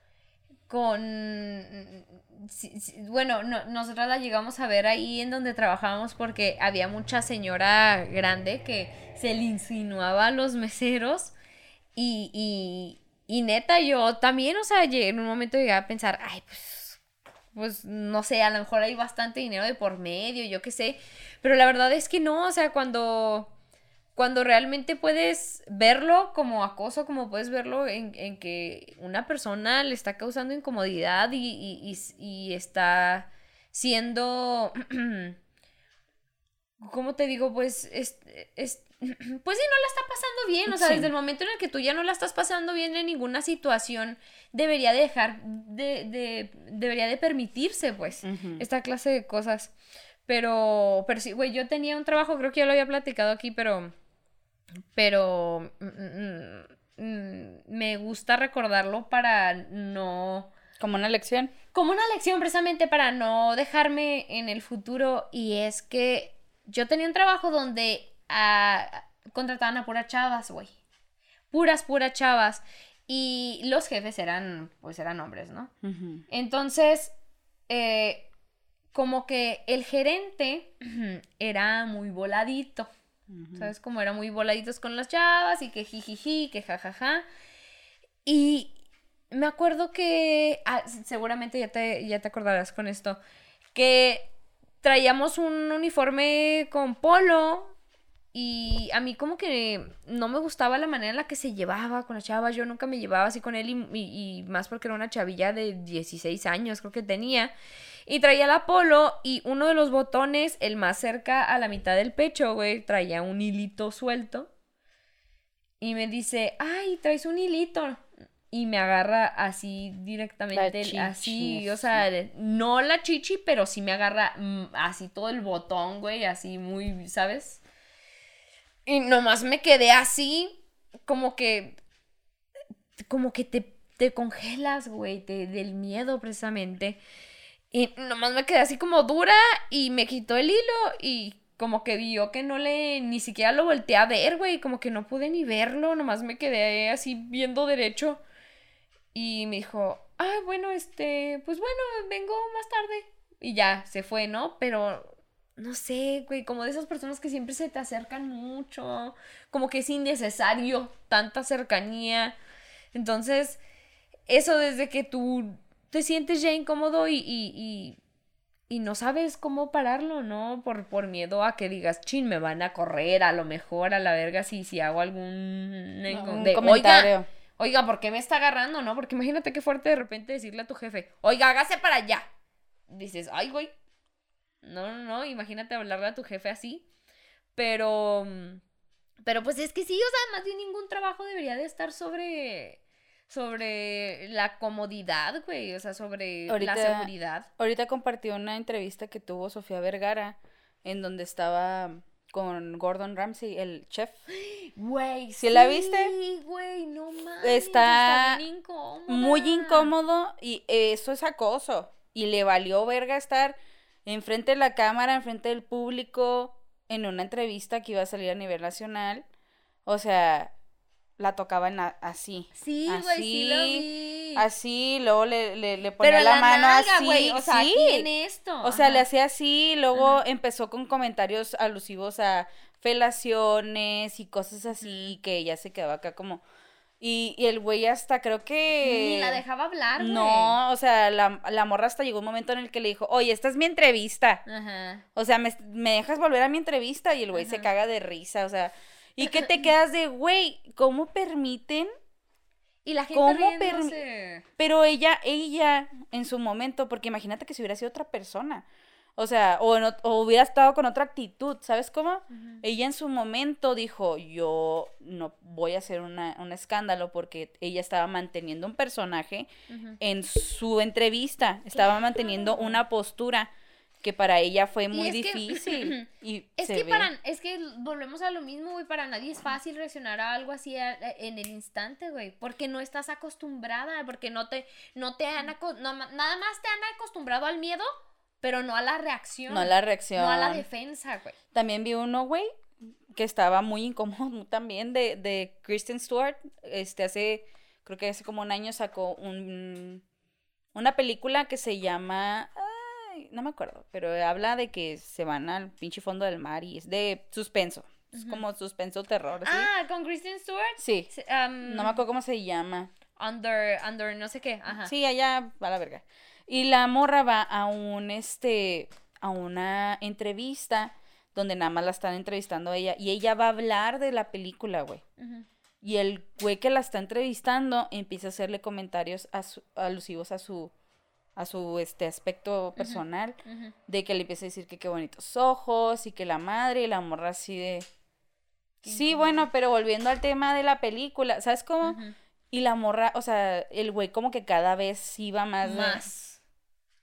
con... sí, sí, bueno, no, nosotras la llegamos a ver ahí en donde trabajábamos porque había mucha señora grande que se le insinuaba a los meseros y, y, y neta yo también, o sea, llegué- en un momento llegué a pensar, ay, pues, pues no sé, a lo mejor hay bastante dinero de por medio, yo qué sé, pero la verdad es que no, o sea, cuando... Cuando realmente puedes verlo como acoso, como puedes verlo en, en que una persona le está causando incomodidad y, y, y, y está siendo ¿cómo te digo? Pues, es, es, pues sí, no la está pasando bien, o sea, Sí. desde el momento en el que tú ya no la estás pasando bien en ninguna situación, debería de dejar, de, de, debería de permitirse, pues, Ujú. esta clase de cosas. Pero, pero sí, güey, yo tenía un trabajo, creo que ya lo había platicado aquí, pero, pero mm, mm, mm, me gusta recordarlo para no... Como una lección. Como una lección precisamente para no dejarme en el futuro, y es que yo tenía un trabajo donde ah, contrataban a puras chavas, güey. Puras, puras chavas. Y los jefes eran, pues eran hombres, ¿no? Ujú. Entonces, eh, como que el gerente era muy voladito. Ujú. ¿Sabes? Como era muy voladitos con las chavas y que jijiji, que jajaja. Y me acuerdo que, ah, seguramente ya te, ya te acordarás con esto, que traíamos un uniforme con polo y a mí como que no me gustaba la manera en la que se llevaba con las chavas. Yo nunca me llevaba así con él y, y, y más porque era una chavilla de dieciséis años, creo que tenía. Y traía la polo y uno de los botones, el más cerca a la mitad del pecho, güey, traía un hilito suelto. Y me dice, ay, traes un hilito. Y me agarra así directamente, La chichi, así, o así. sea, no la chichi, pero sí me agarra mm, así todo el botón, güey, así muy, ¿sabes? Y nomás me quedé así, como que, como que te, te congelas, güey, te, del miedo precisamente. Y nomás me quedé así como dura y me quitó el hilo y como que vio que no le, ni siquiera lo volteé a ver, güey, como que no pude ni verlo, nomás me quedé así viendo derecho. Y me dijo, ah, bueno, este, pues bueno, vengo más tarde. Y ya, se fue, ¿no? Pero, no sé, güey, como de esas personas que siempre se te acercan mucho, como que es innecesario tanta cercanía. Entonces, eso desde que tú te sientes ya incómodo y, y, y, y no sabes cómo pararlo, ¿no? Por, por miedo a que digas, chin, me van a correr, a lo mejor a la verga si, si hago algún... Un De, comentario. oiga, oiga, ¿por qué me está agarrando, no? Porque imagínate qué fuerte de repente decirle a tu jefe, oiga, hágase para allá. Dices, ay, güey. No, no, no, imagínate hablarle a tu jefe así. Pero, pero pues es que sí, o sea, más bien ningún trabajo debería de estar sobre, sobre la comodidad, güey, o sea, sobre Ahorita, la seguridad. ahorita compartió una entrevista que tuvo Sofía Vergara, en donde estaba con Gordon Ramsay, el chef. Güey, ¿Sí la viste? Sí, güey, no mames, Está está bien incómoda. muy incómodo y eso es acoso. Y le valió verga estar enfrente de la cámara, enfrente del público, en una entrevista que iba a salir a nivel nacional. O sea, la tocaban a- así. Sí, así, güey, sí lo vi. Así, luego le, le, le ponía Pero en la, la mano nalga, así. güey, o sea, sí. aquí en esto. O sea, Ajá. le hacía así, luego Ajá. empezó con comentarios alusivos a felaciones y cosas así, Ujú. que ella se quedaba acá como... Y, y el güey hasta creo que... Ni la dejaba hablar, güey. No, o sea, la, la morra hasta llegó un momento en el que le dijo, oye, esta es mi entrevista. Ajá. O sea, me, me dejas volver a mi entrevista. Y el güey se Ajá. caga de risa, o sea... Y que te quedas de, güey, ¿cómo permiten? Y la gente ¿Cómo riéndose. Pero ella, ella, en su momento, porque imagínate que si hubiera sido otra persona, o sea, o, en ot- o hubiera estado con otra actitud, ¿sabes cómo? Ujú. Ella en su momento dijo, yo no voy a hacer una, un escándalo porque ella estaba manteniendo un personaje Ujú. en su entrevista, estaba manteniendo Claro. una postura que para ella fue Y muy es que- difícil. y Es se que ve. para, es que volvemos a lo mismo, güey, para nadie es fácil reaccionar a algo así a- a- en el instante, güey, porque no estás acostumbrada, porque no te, no te han, aco- no ma- nada más te han acostumbrado al miedo, pero no a la reacción. No a la reacción. No a la defensa, güey. También vi uno, güey, que estaba muy incómodo también de, de Kristen Stewart. Este, hace, creo que hace como un año sacó un, una película que se llama, ay, no me acuerdo, pero habla de que se van al pinche fondo del mar y es de suspenso. Es Ujú. como suspenso terror, ¿sí? Ah, con Kristen Stewart. Sí, Se- um, no me acuerdo cómo se llama. Under, under, no sé qué. Ajá. Sí, allá va la verga. Y la morra va a un, este, a una entrevista donde nada más la están entrevistando a ella y ella va a hablar de la película, güey. Ujú. Y el güey que la está entrevistando empieza a hacerle comentarios a su- alusivos a su, a su este aspecto personal, Uh-huh, uh-huh. de que le empieza a decir que qué bonitos ojos y que la madre y la morra así de... Sí, incómodo. Bueno, pero volviendo al tema de la película, ¿sabes cómo? Uh-huh. Y la morra, o sea, el güey como que cada vez iba más... Más. De...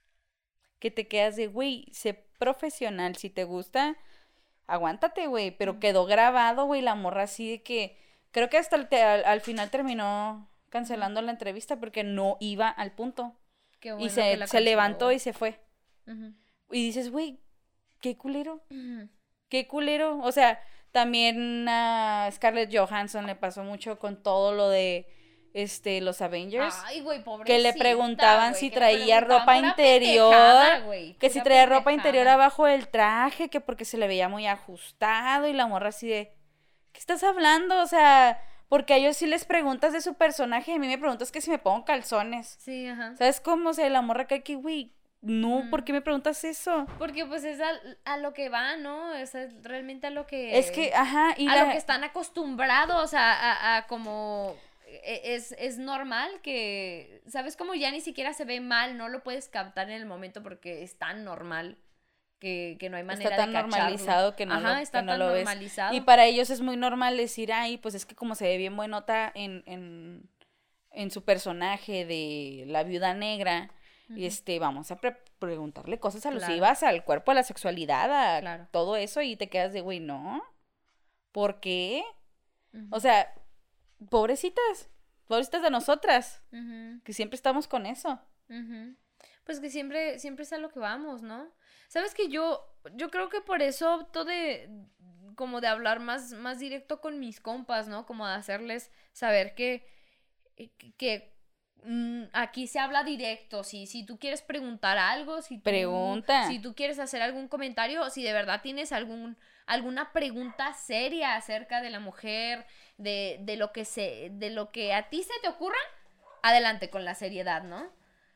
Que te quedas de, güey, sé profesional, si te gusta, aguántate, güey, pero uh-huh. Quedó grabado, güey, la morra así de que... Creo que hasta el te, al, al final terminó cancelando uh-huh. La entrevista porque no iba al punto. Qué bueno, y se, se levantó y se fue. Uh-huh. Y dices, güey, qué culero. Uh-huh. Qué culero. O sea, también a Scarlett Johansson le pasó mucho con todo lo de este los Avengers. Ay, güey, pobrecita. Que le preguntaban wey, si traía ropa interior. Wey, que si traía pendejada. Ropa interior abajo del traje, que porque se le veía muy ajustado. Y la morra así de, ¿qué estás hablando? O sea... Porque a ellos sí les preguntas de su personaje y a mí me preguntas que si me pongo calzones. Sí, ajá. ¿Sabes cómo? O sea, la morra que aquí, güey, no, mm. ¿por qué me preguntas eso? Porque pues es a, a lo que va, ¿no? Es realmente a lo que... Es que, ajá. Y a la... lo que están acostumbrados a, a, a como... Es, es normal que, ¿sabes? Como ya ni siquiera se ve mal, no lo puedes captar en el momento porque es tan normal. Que, que no hay manera de cacharlo. Está tan normalizado que no Ajá, lo, está que no tan lo ves. normalizado. Y para ellos es muy normal decir, ay, pues es que como se ve bien buenota en, en, en su personaje de la viuda negra, uh-huh. este, vamos a pre- preguntarle cosas alusivas claro. Al cuerpo, a la sexualidad, a claro. Todo eso, y te quedas de, güey, ¿no? ¿Por qué? Uh-huh. O sea, pobrecitas, pobrecitas de nosotras, uh-huh. Que siempre estamos con eso. Uh-huh. Pues que siempre, siempre es a lo que vamos, ¿no? ¿Sabes que yo, yo creo que por eso opto de, como de hablar más, más directo con mis compas, ¿no? Como de hacerles saber que, que, que mm, aquí se habla directo, si, si tú quieres preguntar algo, si tú, Pregunta. Si tú quieres hacer algún comentario, si de verdad tienes algún, alguna pregunta seria acerca de la mujer, de, de lo que se, de lo que a ti se te ocurra, adelante con la seriedad, ¿no?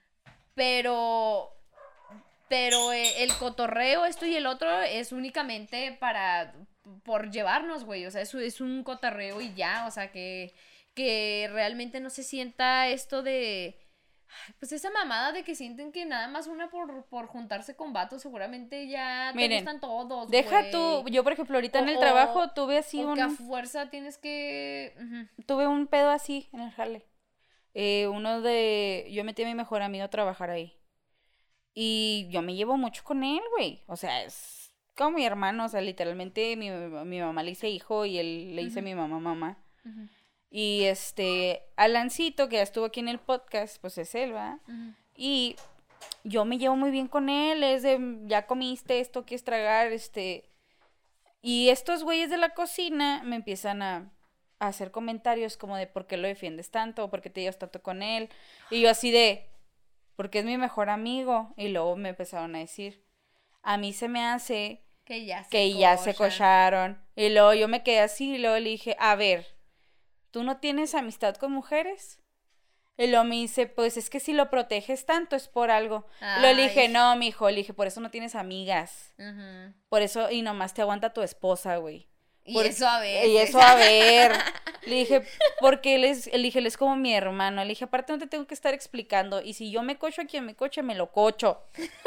Pero... Pero el cotorreo, esto y el otro, es únicamente para, por llevarnos, güey, o sea, eso es un cotorreo y ya, o sea, que, que realmente no se sienta esto de, pues esa mamada de que sienten que nada más una por, por juntarse con vatos, seguramente ya te Miren, gustan todos, deja güey. tú, yo por ejemplo, ahorita o, en el trabajo tuve así o un... que a fuerza tienes que... Uh-huh. Tuve un pedo así en el jale, eh, uno de, yo metí a mi mejor amigo a trabajar ahí. Y yo me llevo mucho con él, güey. O sea, es como mi hermano. O sea, literalmente mi, mi mamá le hice hijo y él le hice uh-huh. a mi mamá mamá. Uh-huh. Y este, Alancito, que ya estuvo aquí en el podcast, pues es él, ¿verdad? Uh-huh. Y yo me llevo muy bien con él. Es de, ya comiste esto, quieres tragar, este... Y estos güeyes de la cocina me empiezan a, a hacer comentarios como de por qué lo defiendes tanto, por qué te llevas tanto con él. Y yo así de... Porque es mi mejor amigo. Y luego me empezaron a decir, a mí se me hace que ya se, que ya se cocharon. Y luego yo me quedé así y luego le dije, a ver, ¿tú no tienes amistad con mujeres? Y luego me dice, pues es que si lo proteges tanto es por algo. Ay. Luego le dije, no, mijo, le dije, por eso no tienes amigas. Uh-huh. Por eso, y nomás te aguanta tu esposa, güey. Por, y eso a ver. Y eso a ver. Le dije, porque él es, le dije, él es como mi hermano. Le dije, aparte no te tengo que estar explicando. Y si yo me cocho a quien me coche, me lo cocho.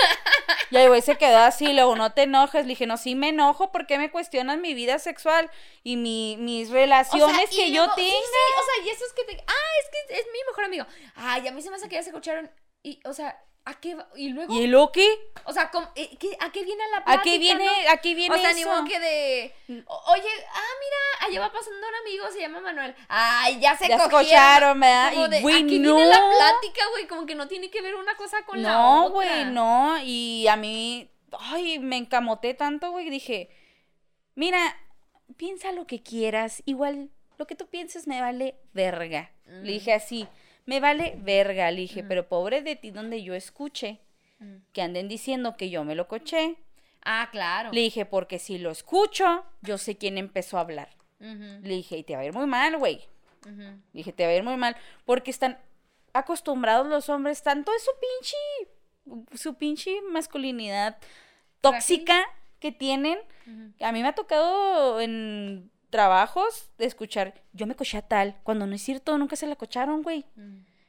Y ahí güey se quedó así, luego no te enojes. Le dije, no, sí me enojo, ¿por qué me cuestionas mi vida sexual? Y mi, mis relaciones o sea, que luego, yo tenga. Sí, sí, o sea, y eso es que te, ah, es que es, es mi mejor amigo. Ay, a mí se me hace que ya se cocharon. Y, o sea, ¿a qué va? ¿Y luego? ¿Y luego qué? O sea, ¿cómo, eh, qué, ¿a qué viene la plática? ¿A qué viene, ¿no? ¿a qué viene eso? O sea, ni modo que de, oye, ah, mira, allá va pasando un amigo, se llama Manuel. Ay, ya se ya cogieron. se cocharon, ¿verdad? Como de, y, güey, ¿a qué no. viene la plática, güey? Como que no tiene que ver una cosa con no, la otra. No, güey, no. Y a mí, ay, me encamoté tanto, güey, dije, mira, piensa lo que quieras, igual lo que tú pienses me vale verga. Mm. Le dije así, me vale verga, le dije, mm. pero pobre de ti donde yo escuche mm. que anden diciendo que yo me lo coché. Ah, claro. Le dije, porque si lo escucho, yo sé quién empezó a hablar. Uh-huh. Le dije, y te va a ir muy mal, güey. Uh-huh. Le dije, te va a ir muy mal, porque están acostumbrados los hombres, tanto es su pinche, su pinche masculinidad tóxica que tienen. Uh-huh. A mí me ha tocado en trabajos de escuchar, yo me coché a tal, cuando no es cierto, nunca se la cocharon, güey. Uh-huh.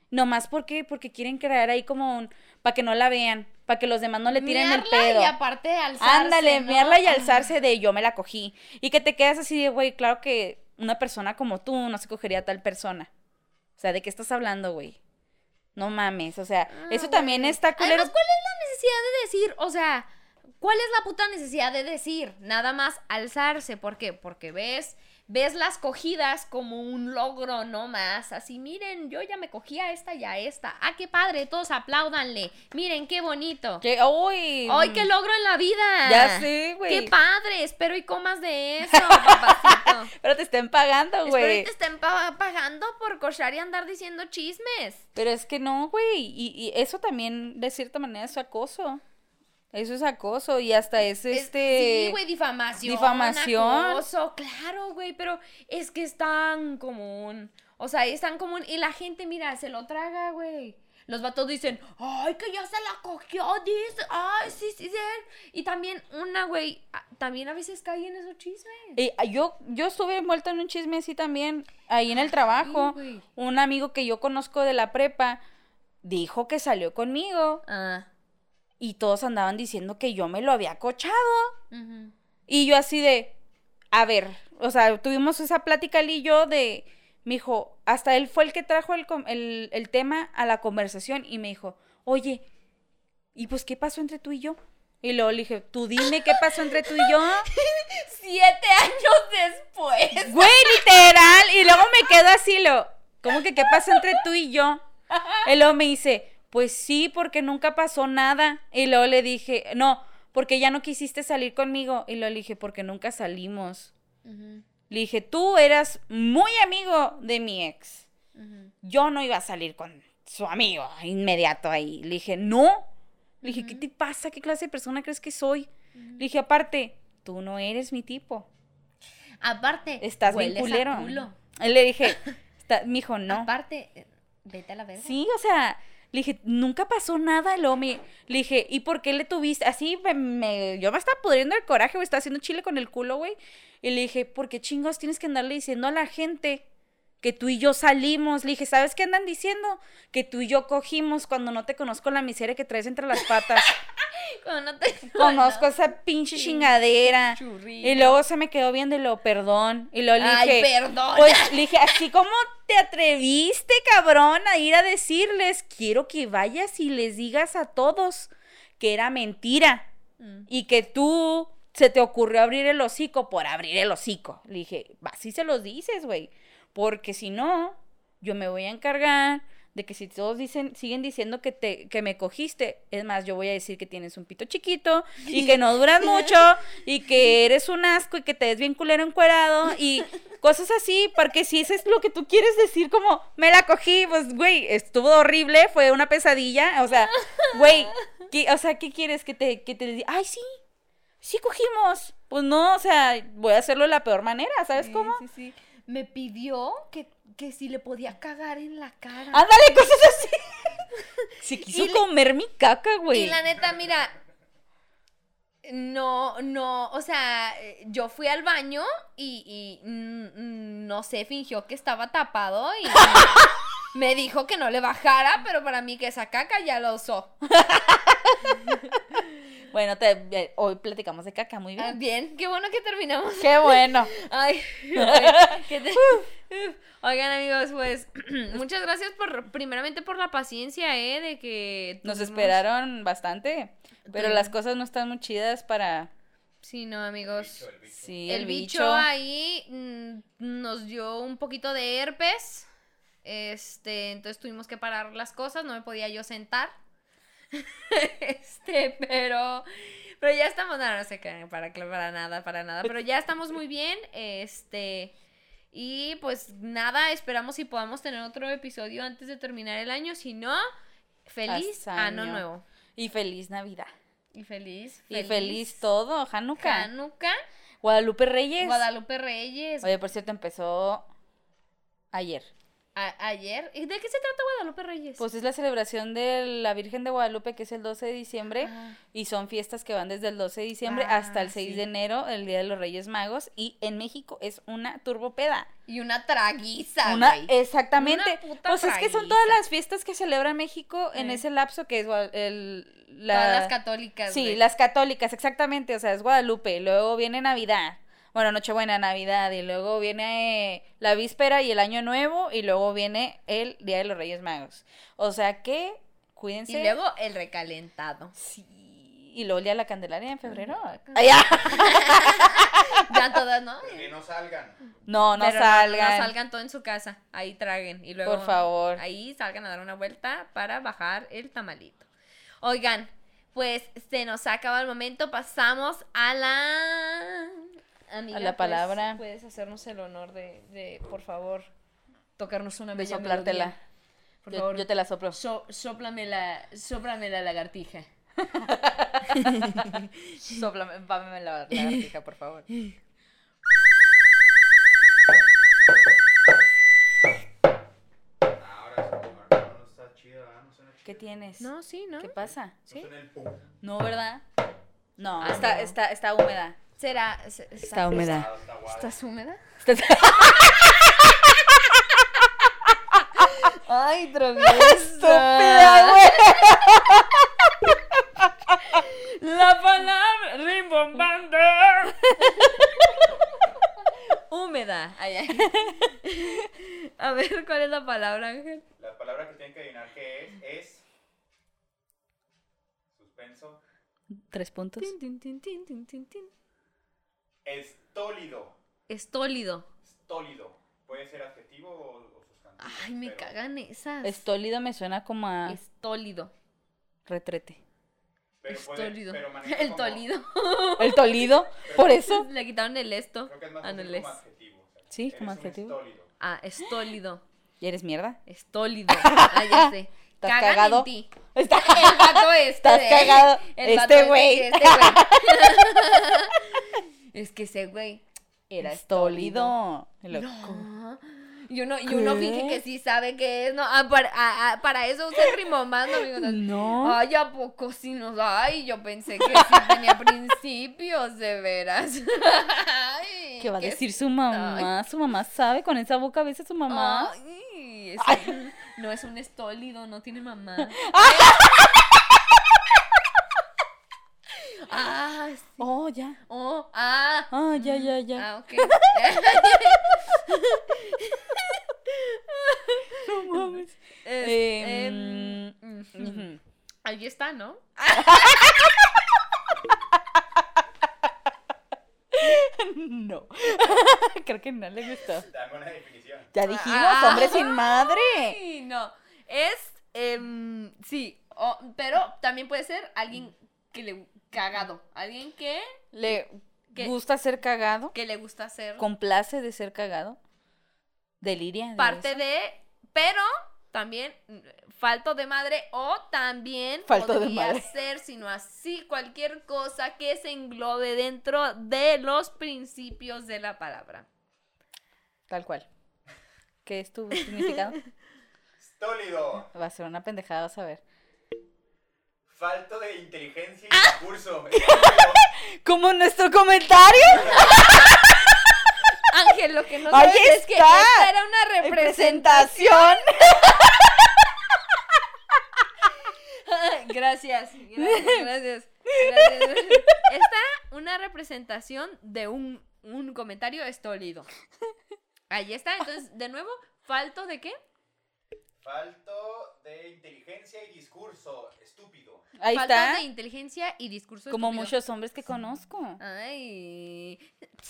Nomás porque, porque quieren crear ahí como un... Para que no la vean, para que los demás no le tiren Miarla el pedo. y aparte alzarse, Ándale, ¿no? miarla y alzarse de yo me la cogí. Y que te quedas así de, güey, claro que una persona como tú no se cogería a tal persona. O sea, ¿de qué estás hablando, güey? No mames, o sea, Ah, eso güey. también está culero. Además, ¿cuál es la necesidad de decir? O sea, ¿cuál es la puta necesidad de decir? Nada más alzarse. ¿Por qué? Porque ves, ves las cogidas como un logro, no más. Así, miren, yo ya me cogí a esta y a esta. Ah, qué padre, todos apláudanle. Miren, qué bonito. Que, uy, ¡Ay, qué logro en la vida! Ya sé, güey. ¡Qué padre! Espero y comas de eso, papacito. Pero te estén pagando, Espero güey. y te estén pa- pagando por cochar y andar diciendo chismes. Pero es que no, güey. Y, y eso también, de cierta manera, es acoso. Eso es acoso y hasta es Es- este... Sí, güey, difamación. difamación. Acoso, claro, güey, pero es que es tan común. O sea, es tan común. Y la gente, mira, se lo traga, güey. Los vatos dicen, ay, que ya se la cogió, dice, ay, sí, sí, sí. Y también una, güey, a- también a veces cae en esos chismes. Y yo, yo estuve envuelta en un chisme así también, ahí en el trabajo. güey. Un amigo que yo conozco de la prepa dijo que salió conmigo Ah. y todos andaban diciendo que yo me lo había cochado. Ujú. Y yo así de, a ver, o sea, tuvimos esa plática él y yo de, me dijo, hasta él fue el que trajo el, com- el, el tema a la conversación y me dijo, oye, ¿y pues qué pasó entre tú y yo? Y luego le dije, tú dime qué pasó entre tú y yo. Siete años después. Güey, literal. Y luego me quedo así, lo, ¿cómo que qué pasó entre tú y yo? Y luego me dice, pues sí, porque nunca pasó nada. Y luego le dije, no, porque ya no quisiste salir conmigo. Y luego le dije, porque nunca salimos. Ujú, Le dije, tú eras muy amigo de mi ex. ujú. Yo no iba a salir con su amigo inmediato ahí. Le dije, no. Le dije, ¿qué te pasa? ¿Qué clase de persona crees que soy? Le dije, aparte, tú no eres mi tipo. Aparte, Estás bien hueles a culero. culo. Y le dije, está, me dijo, no. Aparte, eh, vete a la verga. Sí, o sea, le dije, nunca pasó nada, lo me, le dije, ¿y por qué le tuviste? Así me, me- yo me estaba pudriendo el coraje, güey, estaba haciendo chile con el culo, güey. Y le dije, ¿por qué chingos tienes que andarle diciendo a la gente que tú y yo salimos? Le dije, ¿sabes qué andan diciendo? Que tú y yo cogimos cuando no te conozco la miseria que traes entre las patas. Cuando no te Conozco esa pinche chingadera. churrillo. Y luego se me quedó viendo y lo perdón. Y luego le Ay, dije, perdona. pues le dije, así como te atreviste, cabrón, a ir a decirles, quiero que vayas y les digas a todos que era mentira. Mm. Y que tú se te ocurrió abrir el hocico por abrir el hocico. Le dije, así se los dices, güey. Porque si no, yo me voy a encargar de que si todos dicen, siguen diciendo que te, que me cogiste, es más, yo voy a decir que tienes un pito chiquito y que no duras mucho y que eres un asco y que te ves bien culero encuerado y cosas así, porque si eso es lo que tú quieres decir como, me la cogí, pues, güey, estuvo horrible, fue una pesadilla, o sea, güey, ¿qué- o sea, ¿qué quieres que te, que te diga? Ay, sí, sí cogimos, pues no, o sea, voy a hacerlo de la peor manera, ¿sabes Sí, cómo? sí, sí. Me pidió que, que si le podía cagar en la cara. Ándale, cosas así. Se quiso Y le- comer mi caca, güey. Y la neta, mira, no, no, o sea, eh, yo fui al baño y, y, mm, mm, no sé, fingió que estaba tapado y me dijo que no le bajara, pero para mí que esa caca ya lo usó. Bueno, te, eh, hoy platicamos de caca, muy Ah, bien. bien, qué bueno que terminamos. Qué bueno. Ay, ¿qué te- Oigan, amigos, pues muchas gracias por, primeramente por la paciencia, ¿eh? De que Nos tuvimos- esperaron bastante, pero Sí. las cosas no están muy chidas para... Sí, no, amigos. Sí, El, bicho, ahí mm, nos dio un poquito de herpes. Este, entonces tuvimos que parar las cosas, no me podía yo sentar. Este, pero pero ya estamos, no, no sé qué, para para nada, para nada, pero ya estamos muy bien. Este, y pues nada, esperamos si podamos tener otro episodio antes de terminar el año, si no, feliz Año. año nuevo. Y feliz Navidad. Y feliz, Y feliz todo, Hanukkah. Hanukkah, Guadalupe Reyes. Guadalupe Reyes. Oye, por cierto, empezó ayer. A- ayer. ¿Y de qué se trata Guadalupe Reyes? Pues es la celebración de la Virgen de Guadalupe, que es el doce de diciembre, Ah. y son fiestas que van desde el doce de diciembre Ah, hasta el seis sí. de enero, el Día de los Reyes Magos, y en México es una turbopeda. Y una traguiza, Una, güey. exactamente. Una puta Pues es que son traguiza. todas las fiestas que celebra México en Eh. ese lapso que es gua- el, la... Todas las católicas, Sí, güey. las católicas, exactamente, o sea, es Guadalupe, luego viene Navidad, bueno, Nochebuena, Navidad, y luego viene eh, la víspera y el Año Nuevo, y luego viene el Día de los Reyes Magos. O sea que, cuídense. Y luego el recalentado. Sí, y luego el Día de la Candelaria en febrero. Ajá. Ay, ya. Ya todas, ¿no? Que no salgan. No, no Pero salgan. No, salgan todo en su casa. Ahí traguen. Y luego. Por favor. Ahí salgan a dar una vuelta para bajar el tamalito. Oigan, pues se nos ha acabado el momento. Pasamos a la. Amiga, A la palabra. Puedes, puedes hacernos el honor de, de, por favor, tocarnos una De bella soplártela. melodía. Por Yo, favor, yo te la soplo. so, sóplame la, sóplame la lagartija. Sóplame, pámeme la lagartija, por favor. Ahora sí, ahora no está chido, ¿verdad? No suena chido. ¿Qué tienes? No, sí, ¿no? ¿Qué pasa? No ¿Sí? suena el pum. No, ¿verdad? No, Ah, está, no. está, está húmeda. ¿Será? se- Está húmeda. Está, está guay. ¿Estás húmeda? Está- Ay, Estúpida, güey. La palabra rimbombante. Húmeda. Ay, ay. A ver, ¿cuál es la palabra, Ángel? La palabra que tienen que adivinar qué es es. Suspenso. Tres puntos. Tin, tin, tin, tin, tin, tin, tin. Estólido. Estólido. Estólido. Puede ser adjetivo o, o sustantivo. Ay, me pero cagan esas. Estólido me suena como a Estólido. retrete. Pero puede, Estólido. pero maneja El como- tolido. El tolido, por eso. Le quitaron el esto. Creo que es más Ah, no, fácil el es. como adjetivo. o sea, Sí, eres como un adjetivo. Estólido. Ah, estólido. ¿Y eres mierda? Estólido. Ah, ya sé. ¿Estás Cagan cagado? en ti. Está- El vato este. Estás de- cagado. el Este vato este güey. que Este güey. Es que ese güey era estólido. Estólido. Loco. No. Y uno, y uno ¿Qué? finge que sí sabe que es, ¿no? Ah, para, ah, ah, para eso usa el rimbombante, amigos. No. Ay, ¿a poco sí nos? Ay, yo pensé que sí tenía principios, de veras. Ay, ¿Qué va a qué decir su mamá? Su mamá sabe, con esa boca a veces su mamá. Ay, es un- no es un estólido, no tiene mamá. Ah, sí. Oh, ya. Oh, ah. Ah, ya, ya, ya. Ah, ok. No mames. Es- Eh, em, mm, ujú. ujú. Ahí está, ¿no? No. Creo que no le gustó. Dame una definición. Ya dijimos, Ah. hombre sin madre. Ay, no. Es, em, sí, o- pero también puede ser alguien que le cagado, alguien que, ¿Le ¿Qué? gusta ser cagado? que le gusta hacer ¿Complace de ser cagado? ¿Deliria? de parte eso? de, pero también mm, falto de madre o también Falto de podría madre. ser, sino así cualquier cosa que se englobe dentro de los principios de la palabra. Tal cual. ¿Qué es tu significado? Estólido. Va a ser una pendejada, vas a ver. Falto de inteligencia y Ah. discurso. Estólido. ¡Como nuestro comentario! Ángel, lo que no Ahí sabes es que está. esta era una representación. Representación. Gracias, gracias, gracias, gracias. Esta una representación de un, un comentario estólido. Ahí está, entonces, de nuevo, ¿falto de qué? Falto de inteligencia y discurso. Estúpido. Ahí Falta está. de inteligencia y discurso Como estúpido. muchos hombres que conozco. Ay.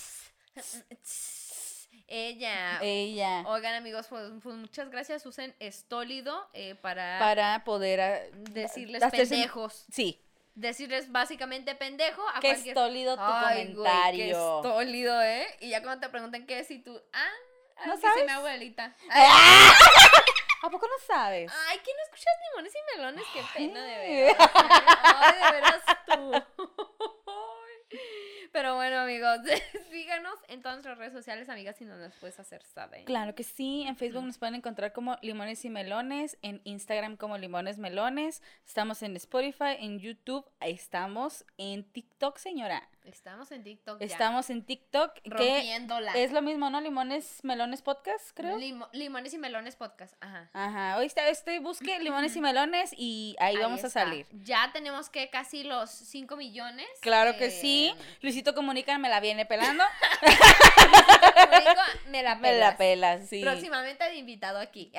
Ella. Ella. Oigan, amigos, pues, pues muchas gracias. Usen estólido eh, para, Para poder ah, decirles hacerse- pendejos. Sí. Decirles básicamente pendejo a Qué cualquier... estólido tu Ay, güey, comentario. qué estólido, ¿eh? Y ya cuando te preguntan qué es y tú, ah, ¿No ay, que sí, sabes? mi abuelita. ¿A poco no sabes? Ay, que no escuchas limones y melones, qué pena, de veras. Ay, de veras tú. Pero bueno, amigos, síganos en todas nuestras redes sociales, amigas, si no nos puedes hacer saber. Claro que sí, en Facebook nos pueden encontrar como Limones y Melones, en Instagram como Limones Melones, estamos en Spotify, en YouTube, estamos en TikTok, señora. Estamos en TikTok ya. Estamos en TikTok, que Rompiéndola. es lo mismo, ¿no? Limones Melones Podcast, creo. Limo- Limones y Melones Podcast, ajá. Ajá, hoy está, este, busque Limones y Melones y ahí, Ahí vamos está. a salir. Ya tenemos que casi los cinco millones. Claro que eh, sí, Luisito Comunica me la viene pelando. Comunico, me la Me pelas. la pela, sí. Próximamente de invitado aquí.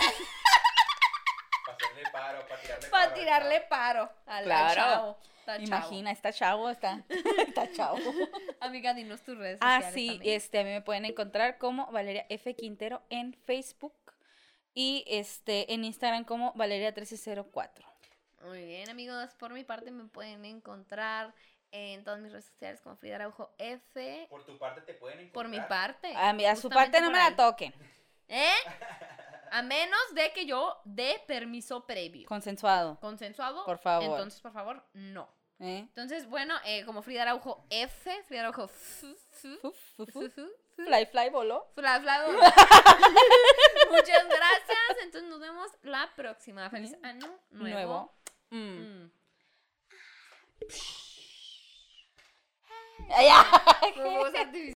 Para hacerle paro, para tirarle Para paro. tirarle paro al, al Claro. chavo. Está Imagina, está chavo, está, está chavo. chavo. Amiga, dinos tus redes Ah, sociales sí, también. este, a mí me pueden encontrar como Valeria F. Quintero en Facebook y este en Instagram como Valeria trece cero cuatro. Muy bien, amigos. Por mi parte me pueden encontrar en todas mis redes sociales como Frida Araujo F. Por tu parte te pueden encontrar. Por mi parte. A, mí, a su justamente parte no por me la ahí. toquen. ¿Eh? A menos de que yo dé permiso previo. Consensuado. ¿Consensuado? Por favor. Entonces, por favor, no. ¿Eh? Entonces, bueno, eh, como Frida Araujo F, Frida Araujo F, F, Fu, fu, fu. F, F, Fly, fly, voló. Fla, fla, fla. Muchas gracias. Entonces nos vemos la próxima. Feliz año nuevo. Nuevo. Mm. Mm. Ay, ya. Fuegos artificiales.